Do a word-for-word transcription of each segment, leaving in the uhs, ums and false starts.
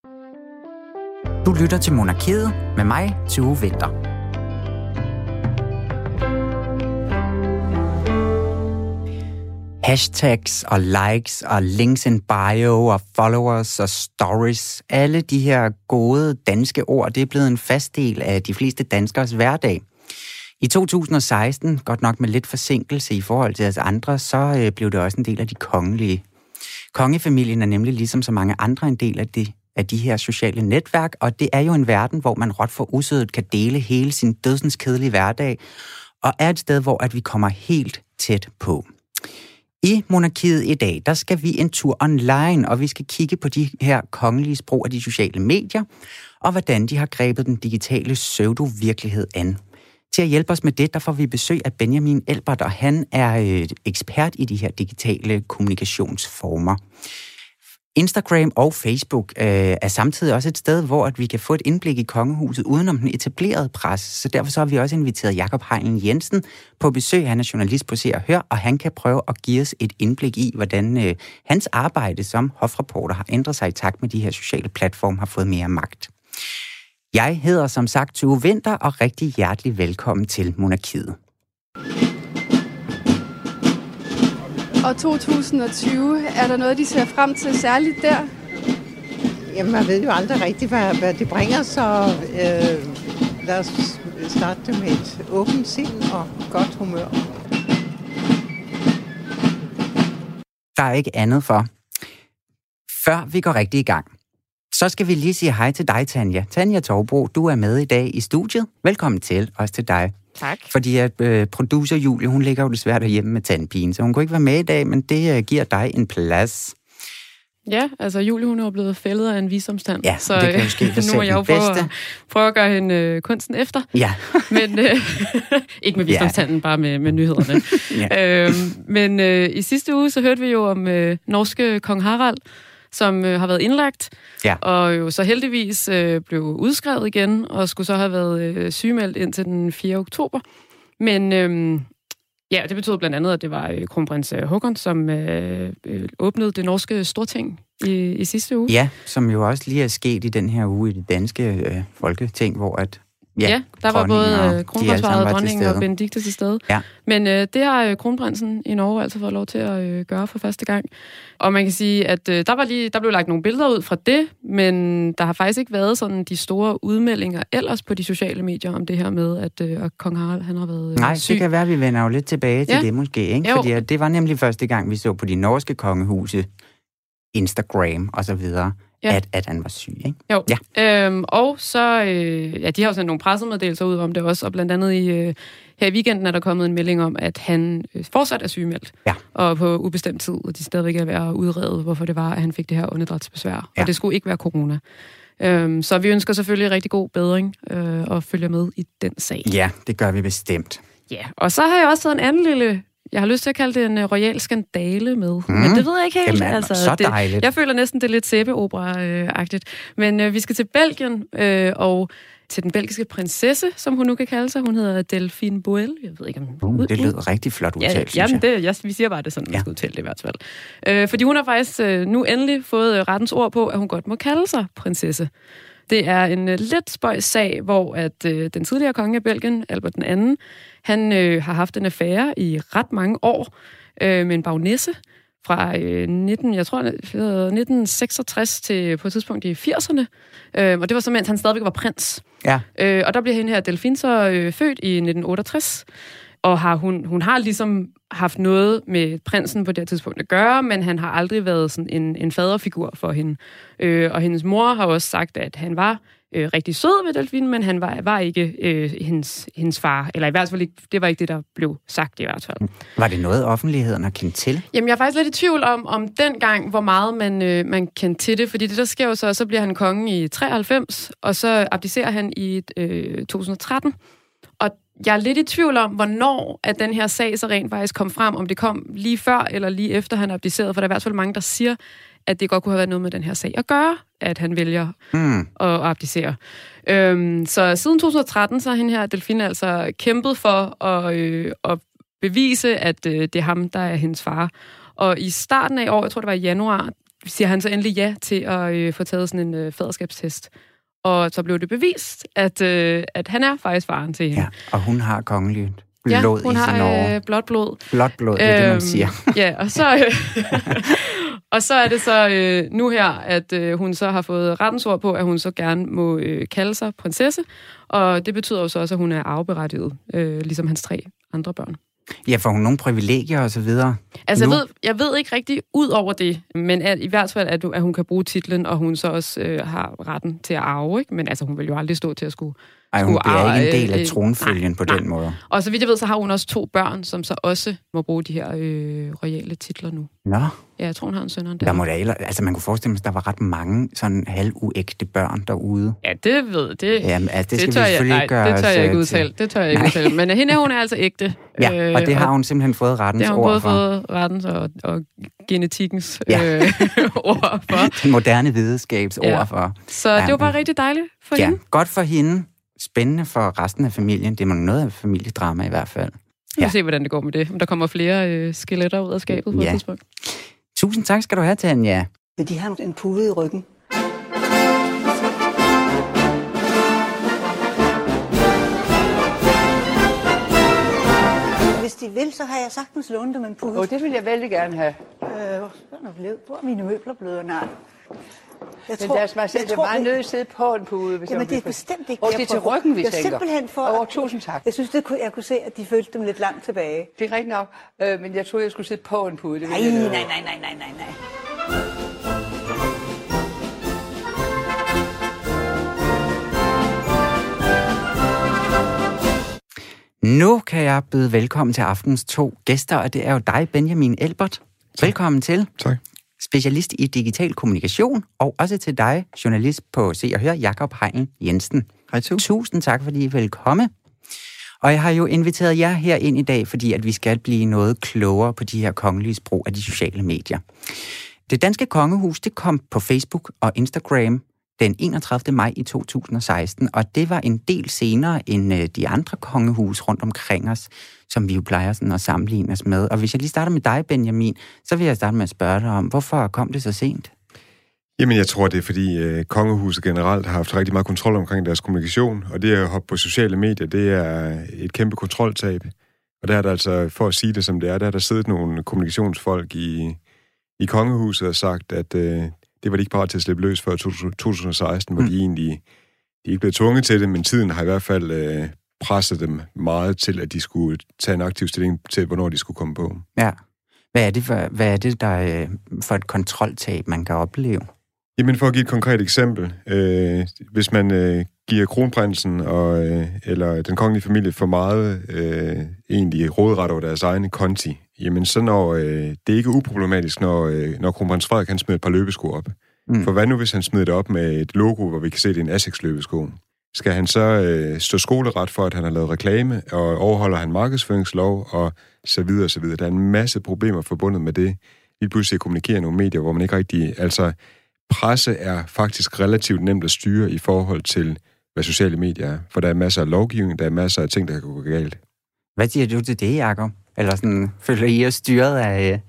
Du lytter til Monarkiet med mig, Tue Winther. Hashtags og likes og links in bio og followers og stories. Alle de her gode danske ord, det er blevet en fast del af de fleste danskers hverdag. I to tusind og seksten, godt nok med lidt forsinkelse i forhold til os andre, så øh, blev det også en del af de kongelige. Kongefamilien er nemlig ligesom så mange andre en del af, det, af de her sociale netværk, og det er jo en verden, hvor man råt for usødet kan dele hele sin dødsens kedelige hverdag, og er et sted, hvor at vi kommer helt tæt på. I Monarkiet i dag, der skal vi en tur online, og vi skal kigge på de her kongelige sprog af de sociale medier, og hvordan de har grebet den digitale pseudo-virkelighed an. Til at hjælpe os med det, der får vi besøg af Benjamin Elbert, og han er ekspert i de her digitale kommunikationsformer. Instagram og Facebook øh, er samtidig også et sted, hvor at vi kan få et indblik i kongehuset udenom den etablerede presse. Så derfor så har vi også inviteret Jakob Heinlen Jensen på besøg. Han er journalist på Se og Hør, og han kan prøve at give os et indblik i, hvordan øh, hans arbejde som hofreporter har ændret sig i takt med de her sociale platforme har fået mere magt. Jeg hedder som sagt Tue Winther, og rigtig hjertelig velkommen til Monarkiet. Og to tusind og tyve, er der noget, de ser frem til særligt der? Jamen, man ved jo aldrig rigtigt, hvad, hvad det bringer, så øh, lad os starte det med et åbent sind og godt humør. Der er ikke andet for. Før vi går rigtig i gang, så skal vi lige sige hej til dig, Tanja. Tanja Torbro, du er med i dag i studiet. Velkommen til, også til dig. Tak. Fordi at øh, producer Julie, hun ligger jo desværre derhjemme med tandpine, så hun kunne ikke være med i dag, men det øh, giver dig en plads. Ja, altså Julie, hun er jo blevet fældet af en visdomstand, ja, så det kan jo ske nu må jeg jo prøve at, prøve at gøre hende øh, kunsten efter. Ja. Men øh, ikke med visdomstanden, ja. bare med, med nyhederne. ja. øhm, men øh, i sidste uge, så hørte vi jo om øh, norske kong Harald, som øh, har været indlagt, ja. og jo så heldigvis øh, blev udskrevet igen, og skulle så have været øh, sygemeldt indtil den fjerde oktober. Men øh, ja, det betød blandt andet, at det var øh, kronprins Håkon, som øh, øh, åbnede det norske storting i, i sidste uge. Ja, som jo også lige er sket i den her uge i det danske øh, folketing, hvor at Ja, ja, der var både kronprinsparet, dronningen og Benedikte til stede. Ja. Men øh, det har øh, kronprinsen i Norge altså fået lov til at øh, gøre for første gang. Og man kan sige, at øh, der, var lige, der blev lagt nogle billeder ud fra det, men der har faktisk ikke været sådan de store udmeldinger ellers på de sociale medier om det her med, at øh, kong Harald han har været øh, Nej, syg. det kan være, at vi vender jo lidt tilbage til ja. det måske, ikke? Jo. Fordi at det var nemlig første gang, vi så på de norske kongehuse, Instagram og så videre, Ja. At, at han var syg, ikke? Jo. Ja. Øhm, og så, øh, ja, de har jo sendt nogle pressemeddelelser ud om det også, og blandt andet i, øh, her i weekenden er der kommet en melding om, at han øh, fortsat er sygemeldt, ja. og på ubestemt tid, og de stadigvæk er ved at udrede, hvorfor det var, at han fik det her åndedrætsbesvær. Ja. Og det skulle ikke være corona. Øhm, så vi ønsker selvfølgelig rigtig god bedring øh, og følger med i den sag. Ja, det gør vi bestemt. Ja, og så har jeg også taget en anden lille... Jeg har lyst til at kalde det en uh, royal skandale med. Mm. Men det ved jeg ikke helt. Jamen, altså, så dejligt. Det, jeg føler næsten, det er lidt sæbeopera-agtigt. Men uh, vi skal til Belgien, uh, og til den belgiske prinsesse, som hun nu kan kalde sig. Hun hedder Delphine Boel. Jeg ved ikke, om... Uh, det lyder rigtig flot udtalt, ja, synes jeg. Jamen, det, jeg, vi siger bare, det sådan, man ja. skal udtale det i hvert fald. Uh, fordi hun har faktisk uh, nu endelig fået uh, rettens ord på, at hun godt må kalde sig prinsesse. Det er en uh, lidt spøjs sag, hvor at uh, den tidligere konge af Belgien, Albert den anden, han øh, har haft en affære i ret mange år øh, med en baronesse fra øh, nitten, jeg tror, nitten seksogtres til på et tidspunkt i firserne. Øh, og det var så, mens han stadigvæk var prins. Ja. Øh, og der bliver hende her, Delphine, så øh, født i nitten otteogtres. Og har, hun, hun har ligesom haft noget med prinsen på det her tidspunkt at gøre, men han har aldrig været sådan en, en faderfigur for hende. Øh, og hendes mor har også sagt, at han var øh, rigtig sød ved Delphine, men han var, var ikke øh, hendes, hendes far. Eller i hvert fald ikke, det var ikke det, der blev sagt i hvert fald. Var det noget, offentligheden har kendt til? Jamen, jeg er faktisk lidt i tvivl om, om dengang, hvor meget man, øh, man kendte til det. Fordi det, der sker jo så, så bliver han konge i treoghalvfems, og så abdicerer han i øh, to tusind og tretten. Og jeg er lidt i tvivl om, hvornår at den her sag så rent faktisk kom frem, om det kom lige før eller lige efter, han abdicerede, for der er i hvert fald mange, der siger, at det godt kunne have været noget med den her sag at gøre, at han vælger mm. at abdicere. Øhm, så siden to tusind og tretten, så har hende her, Delphine, altså kæmpet for at, øh, at bevise, at øh, det er ham, der er hendes far. Og i starten af år, jeg tror det var i januar, siger han så endelig ja til at øh, få taget sådan en øh, faderskabstest. Og så blev det bevist, at, øh, at han er faktisk faren til hende. Ja, og hun har kongeligt blod ja, i hun har øh, blåt blod. Blåt blod, det er øhm, det, man siger. Ja, og så, øh, og så er det så øh, nu her, at øh, hun så har fået rettens ord på, at hun så gerne må øh, kalde sig prinsesse. Og det betyder jo så også, at hun er arveberettiget, øh, ligesom hans tre andre børn. Ja, får hun nogle privilegier og så videre? Altså, jeg ved, jeg ved ikke rigtig ud over det, men at, i hvert fald, at, at hun kan bruge titlen, og hun så også øh, har retten til at arve, ikke? Men altså, hun vil jo aldrig stå til at skulle Ej, hun bliver arve, ikke en del af øh, tronfølgen nej, på nej. den måde. Og så vidt jeg ved, så har hun også to børn, som så også må bruge de her øh, royale titler nu. Nå. Ja, jeg tror, hun har en søn og en der må da ellers, altså man kunne forestille sig, at der var ret mange sådan halvuægte børn derude. Ja, det ved det. Jamen, altså, det, det skal tør vi selvfølgelig jeg, ikke gøre. Nej, det tør jeg ikke til. udtale. Det tør jeg ikke udtale. Men hende, hun er altså ægte. Ja, og det har hun simpelthen fået rettens ord for. Det har hun både for. fået rettens og, og genetikkens ja. øh, ord for. Den moderne videnskabs ja. ord for. Så ja. Det var bare rigtig dejligt for ja, hende. Godt for hende. Spændende for resten af familien. Det er noget af familiedrama i hvert fald. Vi må se, hvordan det går med det. Om der kommer flere øh, skeletter ud af skabet på ja. et tidspunkt. Tusind tak skal du have, Tanja. Vil de have en pude i ryggen? Hvis de vil, så har jeg sagtens lånt dem en pude. Åh, oh, det vil jeg vældig gerne have. Øh, hvor er mine møbler blevet? Nej. Jeg tror, men lad os bare sige, det er meget nødt til at sidde på en pude. Hvis Jamen, det er bestemt ikke. Og det er til ryggen, vi jeg tænker. Simpelthen for... Åh, oh, tusind tak. Jeg synes, det kunne, jeg kunne se, at de følte dem lidt langt tilbage. Det er rigtigt nok, øh, men jeg troede, jeg skulle sidde på en pude. Det nej, nej, nej, nej, nej, nej, nej, nej. Nu kan jeg byde velkommen til aftens to gæster, og det er jo dig, Benjamin Elbert. Tak. Velkommen til. Tak. Specialist i digital kommunikation, og også til dig, journalist på Se og Hør, Jakob Heinl Jensen. Hej tu. Tusind tak, fordi I vil komme. Og jeg har jo inviteret jer her ind i dag, fordi at vi skal blive noget klogere på de her kongelige brug af de sociale medier. Det danske kongehus, det kom på Facebook og Instagram den enogtredivte maj i to tusind og seksten, og det var en del senere end de andre kongehus rundt omkring os, som vi jo plejer sådan at sammenligne os med. Og hvis jeg lige starter med dig, Benjamin, så vil jeg starte med at spørge dig om, hvorfor kom det så sent? Jamen, jeg tror, det er fordi øh, kongehuset generelt har haft rigtig meget kontrol omkring deres kommunikation, og det at hoppe på sociale medier, det er et kæmpe kontroltab. Og der er der altså, for at sige det som det er, der er der siddet nogle kommunikationsfolk i, i kongehuset og sagt, at øh, det var de ikke parat til at slippe løs før to tusind og seksten, hvor mm. de egentlig de er ikke blevet tvunget til det, men tiden har i hvert fald øh, presset dem meget til, at de skulle tage en aktiv stilling til, hvornår de skulle komme på. Ja. Hvad er det for, hvad er det, der er for et kontroltab, man kan opleve? Jamen, for at give et konkret eksempel. Øh, hvis man øh, giver kronprinsen og, øh, eller den kongelige familie for meget øh, egentlig råderet over deres egne konti, jamen så når, øh, det er ikke uproblematisk, når, øh, når kronprins Frederik han smider et par løbesko op. Mm. For hvad nu, hvis han smider det op med et logo, hvor vi kan se, det er en Asics-løbesko? Skal han så øh, stå skoleret for, at han har lavet reklame, og overholder han markedsføringslov, og så videre, og så videre. Der er en masse problemer forbundet med det. Lige pludselig at kommunikere i nogle medier, hvor man ikke rigtig... Altså, presse er faktisk relativt nemt at styre i forhold til, hvad sociale medier er. For der er masser af lovgivning, der er masser af ting, der kan gå galt. Hvad siger du til det, Jakob? Eller sådan, føler I er styret af...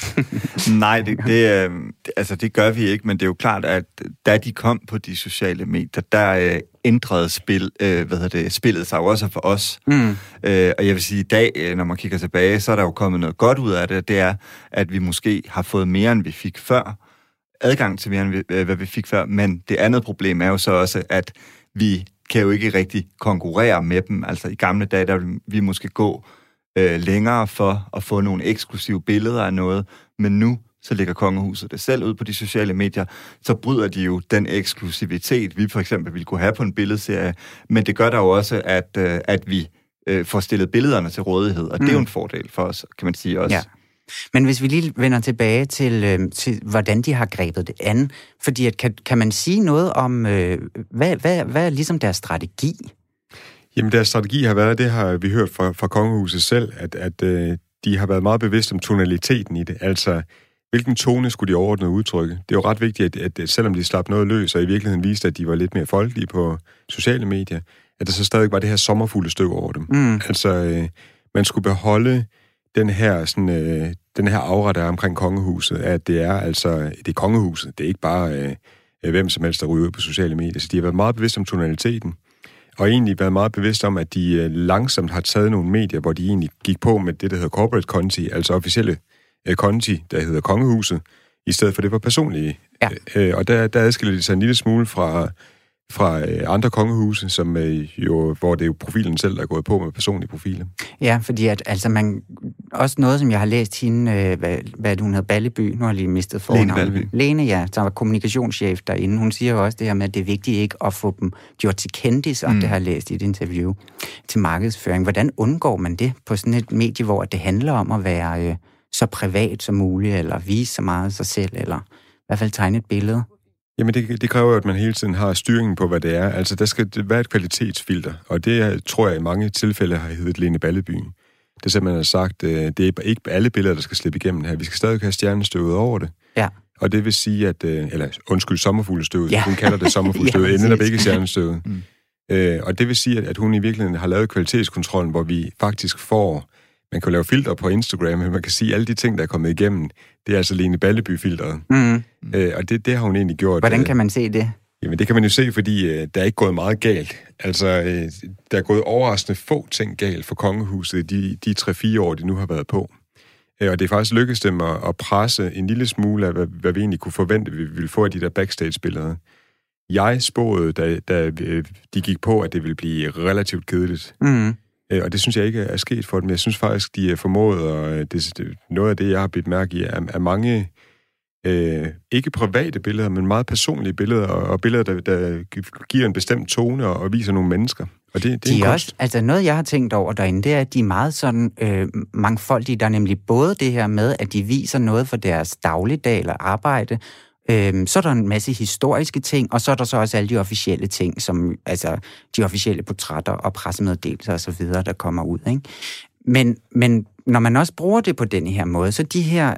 Nej, det, det, øh, altså det gør vi ikke, men det er jo klart, at da de kom på de sociale medier, der øh, ændrede spil, øh, hvad hedder det, spillet sig jo også for os. Mm. Øh, og jeg vil sige, i dag, når man kigger tilbage, så er der jo kommet noget godt ud af det. Det er, at vi måske har fået mere, end vi fik før. Adgang til mere, end vi, øh, hvad vi fik før. Men det andet problem er jo så også, at vi kan jo ikke rigtig konkurrere med dem. Altså i gamle dage, der vil vi måske gå øh, længere for at få nogle eksklusive billeder af noget. Men nu, så lægger kongehuset det selv ud på de sociale medier. Så bryder de jo den eksklusivitet, vi for eksempel ville kunne have på en billedserie. Men det gør der jo også, at, øh, at vi øh, får stillet billederne til rådighed. Og mm. det er jo en fordel for os, kan man sige også. Ja. Men hvis vi lige vender tilbage til, øh, til hvordan de har grebet det an, fordi at, kan, kan man sige noget om, øh, hvad, hvad, hvad er ligesom deres strategi? Jamen deres strategi har været, det har vi hørt fra, fra kongehuset selv, at, at øh, de har været meget bevidste om tonaliteten i det, altså hvilken tone skulle de overordnet udtrykke. Det er jo ret vigtigt, at, at selvom de slap noget løs, og i virkeligheden viste, at de var lidt mere folkelige på sociale medier, at der så stadig var det her sommerfulde stykke over dem. Mm. Altså, øh, man skulle beholde den her, sådan, øh, den her aura, der er omkring kongehuset, at det er altså, det er kongehuset. Det er ikke bare øh, hvem som helst, der ryger ud på sociale medier. Så de har været meget bevidste om tonaliteten, og egentlig været meget bevidste om, at de øh, langsomt har taget nogle medier, hvor de egentlig gik på med det, der hedder corporate konti, altså officielle øh, konti, der hedder kongehuset, i stedet for det var personlige. Ja. Øh, og der, der adskiller de sig en lille smule fra... fra øh, andre kongehuse, som øh, jo, hvor det er jo profilen selv, der er gået på med personlige profiler. Ja, fordi at, altså man, også noget, som jeg har læst hende, øh, hvad, hvad hun hedder, Balleby, nu har jeg lige mistet fornavnet. Lene, Lene, ja, som var kommunikationschef derinde. Hun siger jo også det her med, at det er vigtigt ikke at få dem gjort til kendis, og mm. det har jeg læst i et interview, til markedsføring. Hvordan undgår man det på sådan et medie, hvor det handler om at være øh, så privat som muligt, eller vise så meget af sig selv, eller i hvert fald tegne et billede? Jamen, det, det kræver jo, at man hele tiden har styringen på, hvad det er. Altså, der skal være et kvalitetsfilter, og det tror jeg i mange tilfælde har heddet Lene Balleby. Det simpelthen har sagt, det er ikke alle billeder, der skal slippe igennem her. Vi skal stadig have stjernestøvet over det. Ja. Og det vil sige, at... Eller, undskyld, sommerfuglestøvet. Ja. Hun kalder det sommerfuglestøvet, ja, inden der ikke stjernestøvet. Mm. Øh, og det vil sige, at hun i virkeligheden har lavet kvalitetskontrollen, hvor vi faktisk får... Man kan lave filtre på Instagram, men man kan sige, at alle de ting, der er kommet igennem, det er altså Lene Balleby-filteret. Mm. Øh, og det, det har hun egentlig gjort. Hvordan kan man se det? Jamen, det kan man jo se, fordi øh, der er ikke gået meget galt. Altså, øh, der er gået overraskende få ting galt for kongehuset de, de tre-fire år, de nu har været på. Øh, og det er faktisk lykkedes dem at, at presse en lille smule af, hvad, hvad vi egentlig kunne forvente, vi ville få af de der backstage-billeder. Jeg spåede, da, da de gik på, at det ville blive relativt kedeligt. Mm. Og det synes jeg ikke er sket for dem. Jeg synes faktisk, de er formået, og det, det, noget af det, jeg har bidt mærke i, er, er mange, øh, ikke private billeder, men meget personlige billeder, og, og billeder, der, der giver en bestemt tone og, og viser nogle mennesker. Og det, det de er, er også, altså noget, jeg har tænkt over derinde, det er, at de er meget sådan øh, mangfoldige. Der er nemlig både det her med, at de viser noget for deres dagligdag eller arbejde, Øhm, så er der en masse historiske ting, og så er der så også alle de officielle ting, som altså de officielle portrætter og pressemeddelelser og så videre, der kommer ud, ikke? Men, men når man også bruger det på den her måde, så de her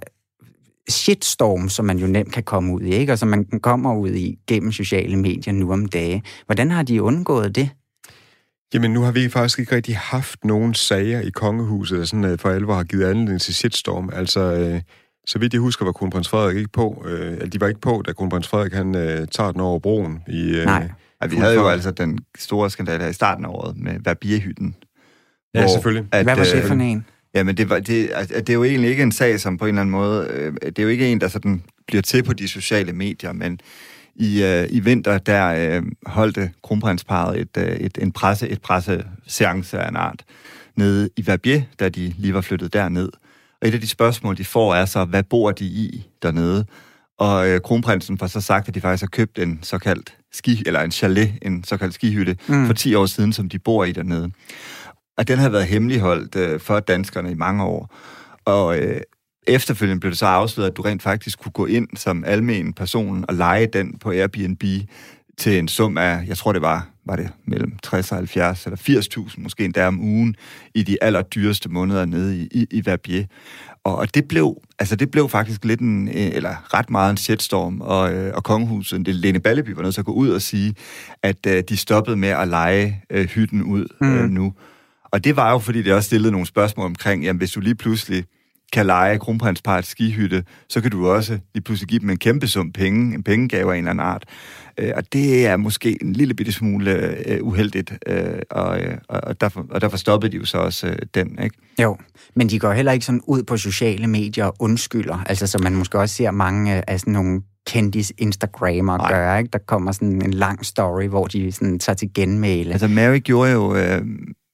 shitstorm, som man jo nemt kan komme ud i, ikke? Og som man kommer ud i gennem sociale medier nu om dage. Hvordan har de undgået det? Jamen, nu har vi faktisk ikke rigtig haft nogen sager i kongehuset, der sådan for alvor har givet anledning til shitstorm. Altså... Øh Så vidt jeg husker, var kronprins Frederik ikke på. Øh, de var ikke på, da kronprins Frederik han øh, tager den over broen. I, øh, Nej. Ja, vi havde jo altså den store skandale her i starten af året med Verbierhytten. Ja, selvfølgelig. At, Hvad var det for en? Jamen, det, var, det, altså, det er jo egentlig ikke en sag, som på en eller anden måde... Øh, det er jo ikke en, der sådan bliver til på de sociale medier, men i, øh, i vinter, der øh, holdte kronprinsparret et, øh, et, en presse, et presseseance af en art nede i Verbier, da de lige var flyttet derned. Og et af de spørgsmål, de får, er så, hvad bor de i dernede? Og øh, kronprinsen får så sagt, at de faktisk har købt en såkaldt ski, eller en chalet, en såkaldt skihytte, mm. for ti år siden, som de bor i dernede. Og den har været hemmeligholdt øh, for danskerne i mange år. Og øh, efterfølgende blev det så afsløret, at du rent faktisk kunne gå ind som almen person og leje den på Airbnb til en sum af, jeg tror det var, var det mellem tres og halvfjerds eller firs tusind måske endda om ugen i de allerdyreste måneder nede i, i, i Verbier. Og, og det blev, altså det blev faktisk lidt en, eller ret meget en shitstorm, og, og kongehuset, det Lene Balleby var nødt til at gå ud og sige, at uh, de stoppede med at leje uh, hytten ud mm. uh, nu. Og det var jo, fordi det også stillede nogle spørgsmål omkring, jamen hvis du lige pludselig kan leje kronprinsparrets skihytte, så kan du også lige pludselig give dem en kæmpe sum penge, en pengegave af en eller anden art. Øh, og det er måske en lille bitte smule øh, uheldigt, øh, og, øh, og, derfor, og derfor stoppede de jo så også øh, den, ikke? Jo, men de går heller ikke sådan ud på sociale medier og undskylder, altså som man måske også ser mange af sådan nogle kendis Instagrammer gøre, ikke? Der kommer sådan en lang story, hvor de sådan tager til genmæle. Altså Mary gjorde jo... Øh,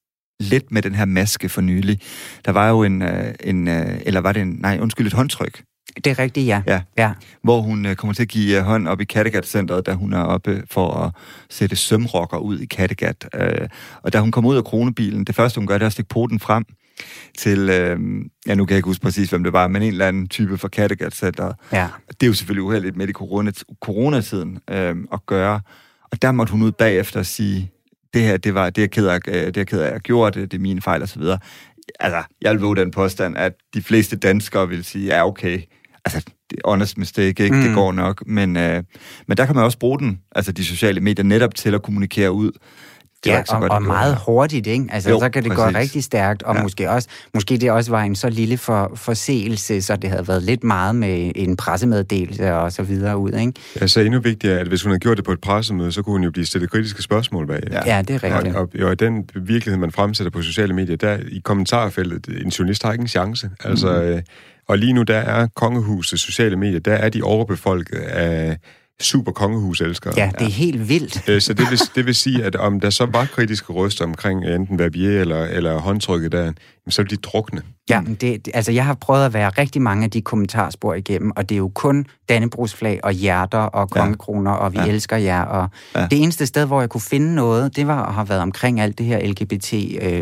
lidt med den her maske for nylig. Der var jo en, en eller var det en, nej, undskyld, et håndtryk. Det er rigtigt, ja. ja. ja. Hvor hun kommer til at give hånd op i Kattegat-centret, da hun er oppe for at sætte sømrokker ud i Kattegat. Og da hun kommer ud af kronebilen, det første hun gør, det er at stikke poten frem til, ja, nu kan jeg ikke huske præcis, hvem det var, men en eller anden type for Kattegat-centret. Ja. Det er jo selvfølgelig uheldigt med i corona, coronatiden øh, at gøre. Og der måtte hun ud bagefter og sige, det her, det var det er ked af, det er ked af, jeg gjorde det, det er mine fejl og så videre. Altså, jeg vil våge den påstand, at de fleste danskere vil sige, ja, okay, altså, det er honest mistake, ikke? Mm. Det går nok, men, øh, men der kan man også bruge den, altså de sociale medier, netop til at kommunikere ud. var ja, ikke så og, godt og meget hurtigt, ikke? Altså, jo, så kan det præcis. gå rigtig stærkt, og ja. måske også, måske det også var en så lille for, forseelse, så det havde været lidt meget med en pressemeddelelse og så videre ud, ikke? Ja, så endnu vigtigere, at hvis hun havde gjort det på et pressemøde, så kunne hun jo blive stillet kritiske spørgsmål bag. Ja, ja det er rigtigt. Og, og, og den virkelighed, man fremsætter på sociale medier, der i kommentarfeltet, en journalist har ikke en chance. Altså, mm. øh, og lige nu, der er kongehusets sociale medier, der er de overbefolket af super kongehuselskere. Ja, det er helt vildt. Så det vil, det vil sige, at om der så var kritiske røster omkring enten Verbier eller, eller håndtrykket der, så vil de drukne. Ja, det, altså jeg har prøvet at være rigtig mange af de kommentarspor igennem, og det er jo kun dannebrogsflag og hjerter og kongekroner, og vi ja. elsker jer. Og ja. det eneste sted, hvor jeg kunne finde noget, det var at have været omkring alt det her L G B T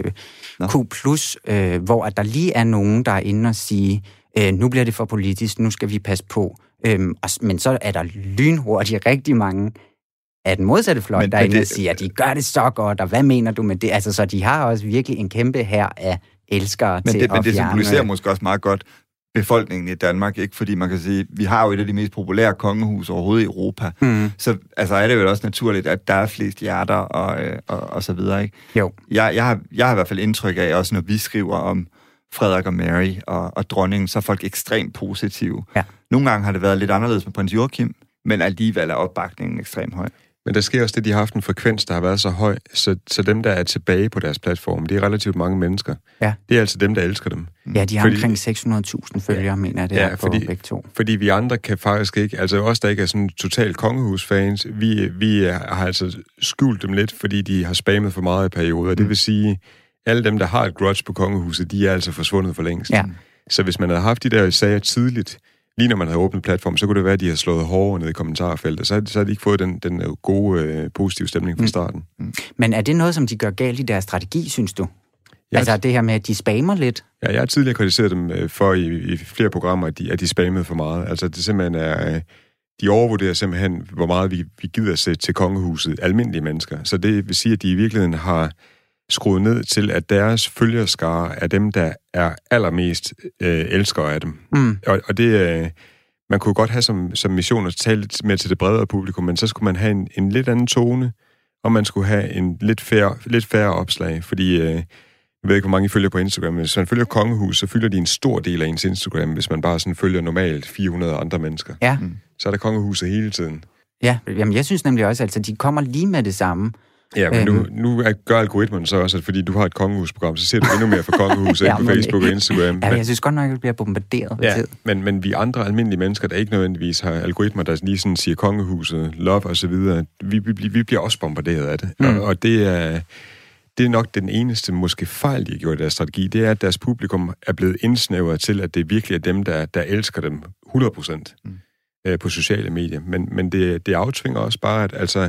Q plus, øh, øh, hvor at der lige er nogen, der er inde og sige, øh, nu bliver det for politisk, nu skal vi passe på. Øhm, og, men så er der lynhurtigt rigtig mange af den modsatte fløj, men, der er inde og siger, at de gør det så godt, og hvad mener du med det? Altså, så de har også virkelig en kæmpe hær af elskere men til det, at Men det fjerne. symboliserer måske også meget godt befolkningen i Danmark, ikke? Fordi man kan sige, vi har jo et af de mest populære kongehus overhovedet i Europa. Mm. Så altså, er det jo også naturligt, at der er flest hjerter og, og, og så videre, ikke? Jo. Jeg, jeg, har, jeg har i hvert fald indtryk af, også når vi skriver om Frederik og Mary og, og dronningen, så er folk ekstremt positive. Ja. Nogle gange har det været lidt anderledes med prins Joachim, men alligevel er opbakningen ekstremt høj. Men der sker også det, de har haft en frekvens, der har været så høj, så, så dem, der er tilbage på deres platform, det er relativt mange mennesker. Ja. Det er altså dem, der elsker dem. Ja, de har fordi, omkring seks hundrede tusind følgere, ja, mener jeg, det ja, er på fordi, begge to. Fordi vi andre kan faktisk ikke, altså os, der ikke er sådan totalt kongehusfans, vi, vi har altså skjult dem lidt, fordi de har spammet for meget i perioder. Mm. Det vil sige, alle dem, der har et grudge på kongehuset, de er altså forsvundet for længst. Ja. Så hvis man havde haft de der sager tidligt, lige når man havde åbnet platform, så kunne det være, at de havde slået hårdere ned i kommentarfeltet. Så havde, så havde de ikke fået den, den gode, øh, positive stemning fra starten. Mm. Men er det noget, som de gør galt i deres strategi, synes du? Jeg altså det her med, at de spammer lidt? Ja, jeg har tidligere kritiseret dem for i, i flere programmer, at de, at de spammede for meget. Altså det simpelthen er... De overvurderer simpelthen, hvor meget vi, vi gider sætte til kongehuset, almindelige mennesker. Så det vil sige, at de i virkeligheden har skruet ned til, at deres følgerskare er dem, der er allermest øh, elskere af dem. Mm. Og, og det, øh, man kunne godt have som, som mission at tale lidt mere til det bredere publikum, men så skulle man have en, en lidt anden tone, og man skulle have en lidt færre, lidt færre opslag, fordi øh, jeg ved ikke, hvor mange I følger på Instagram, men hvis man følger kongehus, så fylder de en stor del af ens Instagram, hvis man bare sådan følger normalt fire hundrede andre mennesker. Ja. Mm. Så er der kongehuset hele tiden. Ja, jamen jeg synes nemlig også, at altså, de kommer lige med det samme. Ja, men nu, nu gør algoritmen så også, at fordi du har et kongehusprogram, så ser du endnu mere fra kongehuset ja, på Facebook og Instagram. Ja, jeg synes godt nok, at det bliver bombarderet ved ja, tid. Men, men vi andre almindelige mennesker, der ikke nødvendigvis har algoritmer, der lige sådan siger kongehuset, love og så videre, vi, vi, vi bliver også bombarderet af det. Mm. Og, og det er... Det er nok den eneste måske fejl, de har gjort i deres strategi, det er, at deres publikum er blevet indsnævret til, at det virkelig er dem, der, der elsker dem hundrede procent mm. øh, på sociale medier. Men, men det, det aftvinger også bare, at altså,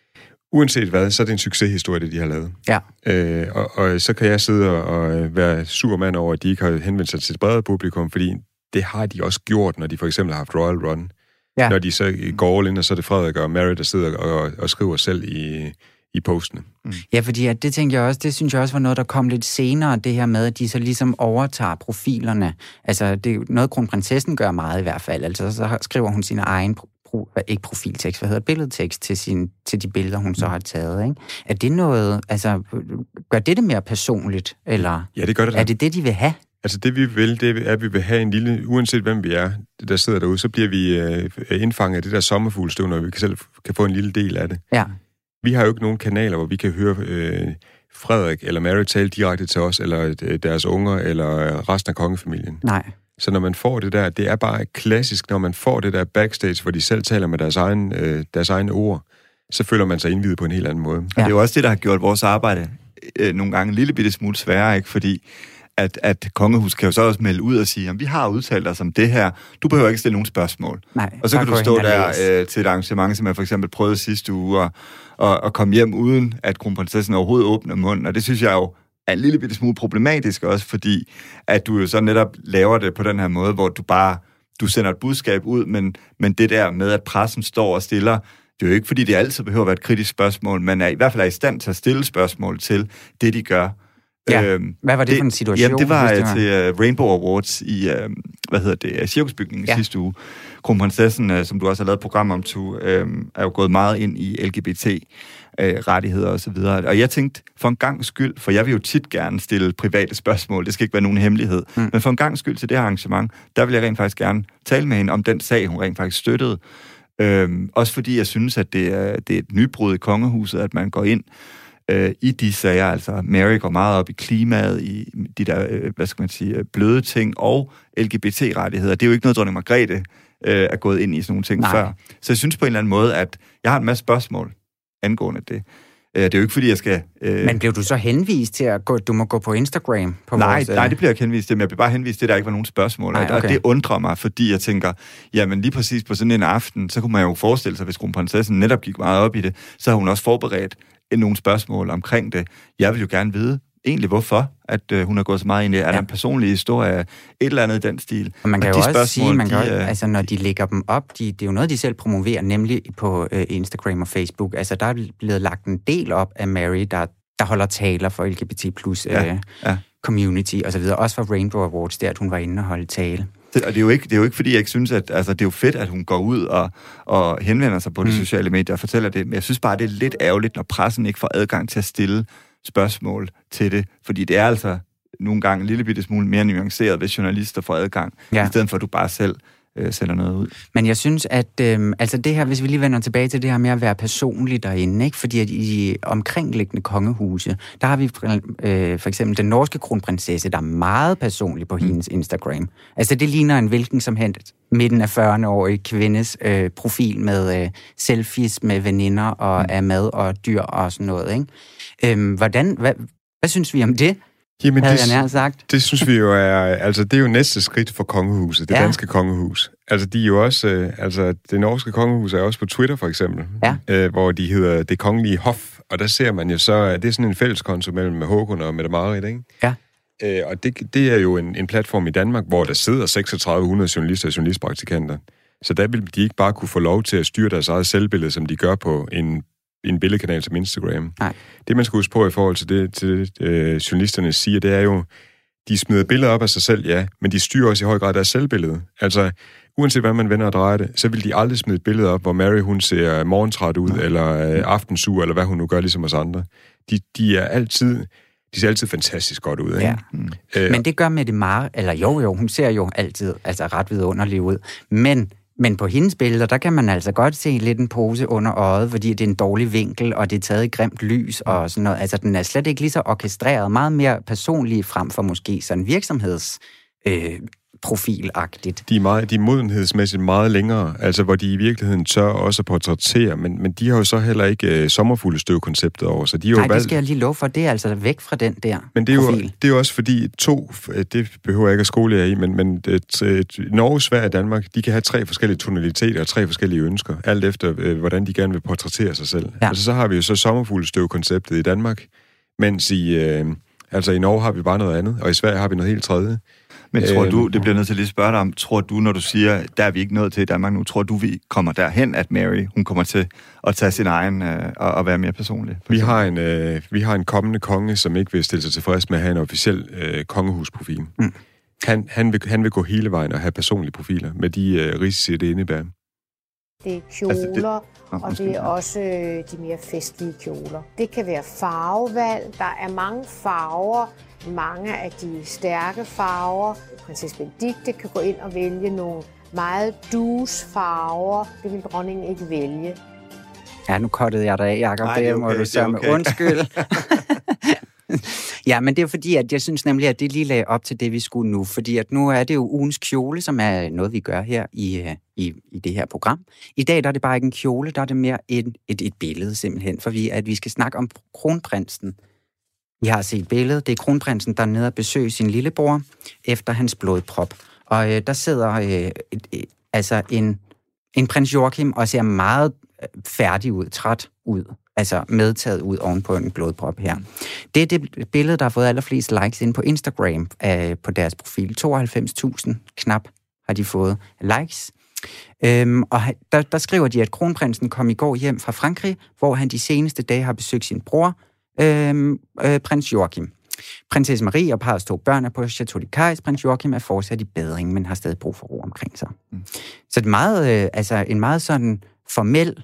uanset hvad, så er det en succeshistorie, det de har lavet. Ja. Øh, og, og så kan jeg sidde og, og være supermand over, at de ikke har henvendt sig til et bredere publikum, fordi det har de også gjort, når de for eksempel har haft Royal Run. Ja. Når de så går all in, og så er det Frederik og Mary, der sidder og, og skriver selv i... i postene. Mm. Ja, fordi at det tænker jeg også, det synes jeg også var noget, der kom lidt senere, det her med, at de så ligesom overtager profilerne. Altså, det er noget, kronprinsessen gør meget i hvert fald. Altså, så skriver hun sin egen, pro, ikke profiltekst, hvad hedder billedtekst til, sin, til de billeder, hun mm. så har taget, ikke? Er det noget, altså, gør det det mere personligt, eller ja, det gør det da. Er det det, de vil have? Altså, det vi vil, det er, at vi vil have en lille, uanset hvem vi er, der sidder derude, så bliver vi øh, indfanget af det der sommerfuglestøv, når vi kan selv kan få en lille del af det. Ja. Vi har jo ikke nogen kanaler, hvor vi kan høre øh, Frederik eller Mary tale direkte til os, eller øh, deres unger, eller øh, resten af kongefamilien. Nej. Så når man får det der, det er bare klassisk, når man får det der backstage, hvor de selv taler med deres egen, øh, deres egne ord, så føler man sig indvidet på en helt anden måde. Ja. Det er jo også det, der har gjort vores arbejde øh, nogle gange en lille bitte smule sværere, ikke? Fordi at, at kongehus kan jo så også melde ud og sige, at vi har udtalt os om det her, du behøver ikke stille nogen spørgsmål. Nej, og så kan du stå der øh, til et arrangement, som jeg for eksempel prøvede sidste uge, og, og, og komme hjem uden, at kronprinsessen overhovedet åbner munden. Og det synes jeg jo er en lille bitte smule problematisk også, fordi at du jo så netop laver det på den her måde, hvor du bare du sender et budskab ud, men, men det der med, at pressen står og stiller, det er jo ikke, fordi det altid behøver at være et kritisk spørgsmål, men er i hvert fald er i stand til at stille spørgsmål til det, de gør. Ja. Øhm, hvad var det, det for en situation? Jamen, det var, det var? til uh, Rainbow Awards i, uh, hvad hedder det, Cirkusbygningen ja. sidste uge. Kronprinsessen, uh, som du også har lavet et program om, to, uh, er jo gået meget ind i L G B T. øh, rettigheder og så videre. Og jeg tænkte, for en gang skyld, for jeg vil jo tit gerne stille private spørgsmål, det skal ikke være nogen hemmelighed, mm. men for en gang skyld til det her arrangement, der vil jeg rent faktisk gerne tale med hende om den sag, hun rent faktisk støttede. Øhm, også fordi jeg synes, at det er, det er et nybrud i kongehuset, at man går ind øh, i de sager. Altså, Mary går meget op i klimaet, i de der, øh, hvad skal man sige, bløde ting og L G B T-rettigheder. Det er jo ikke noget, dronning Margrethe øh, er gået ind i sådan nogle ting Nej. før. Så jeg synes på en eller anden måde, at jeg har en masse spørgsmål angående det. Det er jo ikke, fordi jeg skal... Øh... Men blev du så henvist til at gå, du må gå på Instagram? På nej, vores, øh... nej, det bliver jeg ikke henvist til, men jeg bliver bare henvist til, at der ikke var nogen spørgsmål. Nej, okay. Og det undrer mig, fordi jeg tænker, jamen lige præcis på sådan en aften, så kunne man jo forestille sig, hvis kronprinsessen netop gik meget op i det, så har hun også forberedt nogle spørgsmål omkring det. Jeg vil jo gerne vide, egentlig hvorfor, at øh, hun har gået så meget ind i det. Er ja. der en personlig historie, et eller andet i den stil? Og man kan og jo også sige, man de, kan også, øh... altså når de lægger dem op, de, det er jo noget, de selv promoverer, nemlig på øh, Instagram og Facebook. Altså der er blevet lagt en del op af Mary, der, der holder taler for L G B T plus øh, ja. Ja. community og så videre. Også for Rainbow Awards, der at hun var inde og holde tale. Det, og det er, jo ikke, det er jo ikke, fordi jeg ikke synes, at altså, det er jo fedt, at hun går ud og, og henvender sig på mm. de sociale medier og fortæller det. Men jeg synes bare, det er lidt ærgerligt, når pressen ikke får adgang til at stille spørgsmål til det, fordi det er altså nogle gange en lille bitte smule mere nuanceret, hvis journalister får adgang, ja. i stedet for at du bare selv øh, sender noget ud. Men jeg synes, at øh, altså det her, hvis vi lige vender tilbage til det her med at være personlig derinde, ikke? Fordi at i omkringliggende kongehuse, der har vi øh, for eksempel den norske kronprinsesse, der er meget personlig på mm. hendes Instagram. Altså det ligner en hvilken som helst midten af fyrre-årig kvindes øh, profil med øh, selfies med veninder og mm. af mad og dyr og sådan noget, ikke? Øhm, hvordan, hvad, hvad synes vi om det? Jamen, havde det, jeg nær sagt. Det synes vi jo er, altså det er jo næste skridt for kongehuset, det ja. danske kongehus. Altså de er jo også, øh, altså det norske kongehus er også på Twitter for eksempel, ja. øh, hvor de hedder Det Kongelige Hof, og der ser man jo så, at det er sådan en fælleskonto mellem Håkon og Mette-Marit, ikke? Ja. Øh, og det, det er jo en, en platform i Danmark, hvor der sidder seksogtredive hundrede journalister og journalistpraktikanter. Så der vil de ikke bare kunne få lov til at styre deres eget selvbillede, som de gør på en en billedkanal som Instagram. Nej. Det, man skal huske på i forhold til det, til det øh, journalisterne siger, det er jo, de smider billeder op af sig selv, ja, men de styrer også i høj grad deres selvbillede. Altså, uanset hvad man vender og drejer det, så vil de aldrig smide et billede op, hvor Mary, hun ser morgentræt ud, Nej. eller øh, aftensur, eller hvad hun nu gør, ligesom os andre. De, de er altid... De ser altid fantastisk godt ud, ikke? Ja. Mm. Øh, men det gør Mette-Marit, eller jo jo, hun ser jo altid altså ret vidunderlig ud, men Men på hendes billeder, der kan man altså godt se lidt en pose under øjet, fordi det er en dårlig vinkel, og det er taget i grimt lys og sådan noget. Altså, den er slet ikke lige så orkestreret, meget mere personlig frem for måske sådan virksomheds... Øh, profilagtigt. De er, meget, de er modenhedsmæssigt meget længere, altså hvor de i virkeligheden tør også at portrættere, men, men de har jo så heller ikke uh, sommerfuglestøv-konceptet over, så de er jo Nej, valgt... det skal jeg lige love for, det er altså væk fra den der men det er profil. Jo, det er jo også fordi to, det behøver jeg ikke at skole jer i, men, men et, et, Norge, Sverige og Danmark, de kan have tre forskellige tonaliteter og tre forskellige ønsker, alt efter uh, hvordan de gerne vil portrættere sig selv. Ja. Altså så har vi jo så sommerfuglestøv-konceptet i Danmark, mens i, uh, altså i Norge har vi bare noget andet, og i Sverige har vi noget helt tredje. Men tror du, det bliver nødt til at lige spørge dig om, tror du, når du siger, der er vi ikke nået til i Danmark nu, tror du, vi kommer derhen, at Mary, hun kommer til at tage sin egen øh, og, og være mere personlig? Vi har, en, øh, vi har en kommende konge, som ikke vil stille sig tilfreds med at have en officiel øh, kongehusprofil. Mm. Han, han, vil, han vil gå hele vejen og have personlige profiler med de øh, risici, det indebærer. Det er kjoler, altså det... Nå, og det er også øh, de mere festlige kjoler. Det kan være farvevalg. Der er mange farver. Mange af de stærke farver. Prinsesse Benedikte kan gå ind og vælge nogle meget dus farver. Det vil dronningen ikke vælge. Ja, nu kottede jeg dig af, Jacob. Nej, det er okay, må du så med okay. undskyld. Ja, men det er fordi, at jeg synes nemlig, at det lige lagde op til det, vi skulle nu. Fordi at nu er det jo ugens kjole, som er noget, vi gør her i, i, i det her program. I dag der er det bare ikke en kjole, der er det mere et, et, et billede simpelthen. For vi, at vi skal snakke om kronprinsen. Vi har set billedet. Det er kronprinsen, der er nede og besøger sin lillebror efter hans blodprop. Og øh, der sidder øh, et, et, altså en, en prins Joachim og ser meget færdig ud, træt ud. Altså medtaget ud oven på en blodprop her. Det er det billede, der har fået allerflest likes inde på Instagram øh, på deres profil. tooghalvfems tusind knap har de fået likes. Øhm, og der, der skriver de, at kronprinsen kom i går hjem fra Frankrig, hvor han de seneste dage har besøgt sin bror, øhm, øh, prins Joachim. Prinsesse Marie og parrets to børn er på Chateau de Cayes. Prins Joachim er fortsat i bedring, men har stadig brug for ro omkring sig. Mm. Så det er meget, øh, altså en meget sådan formel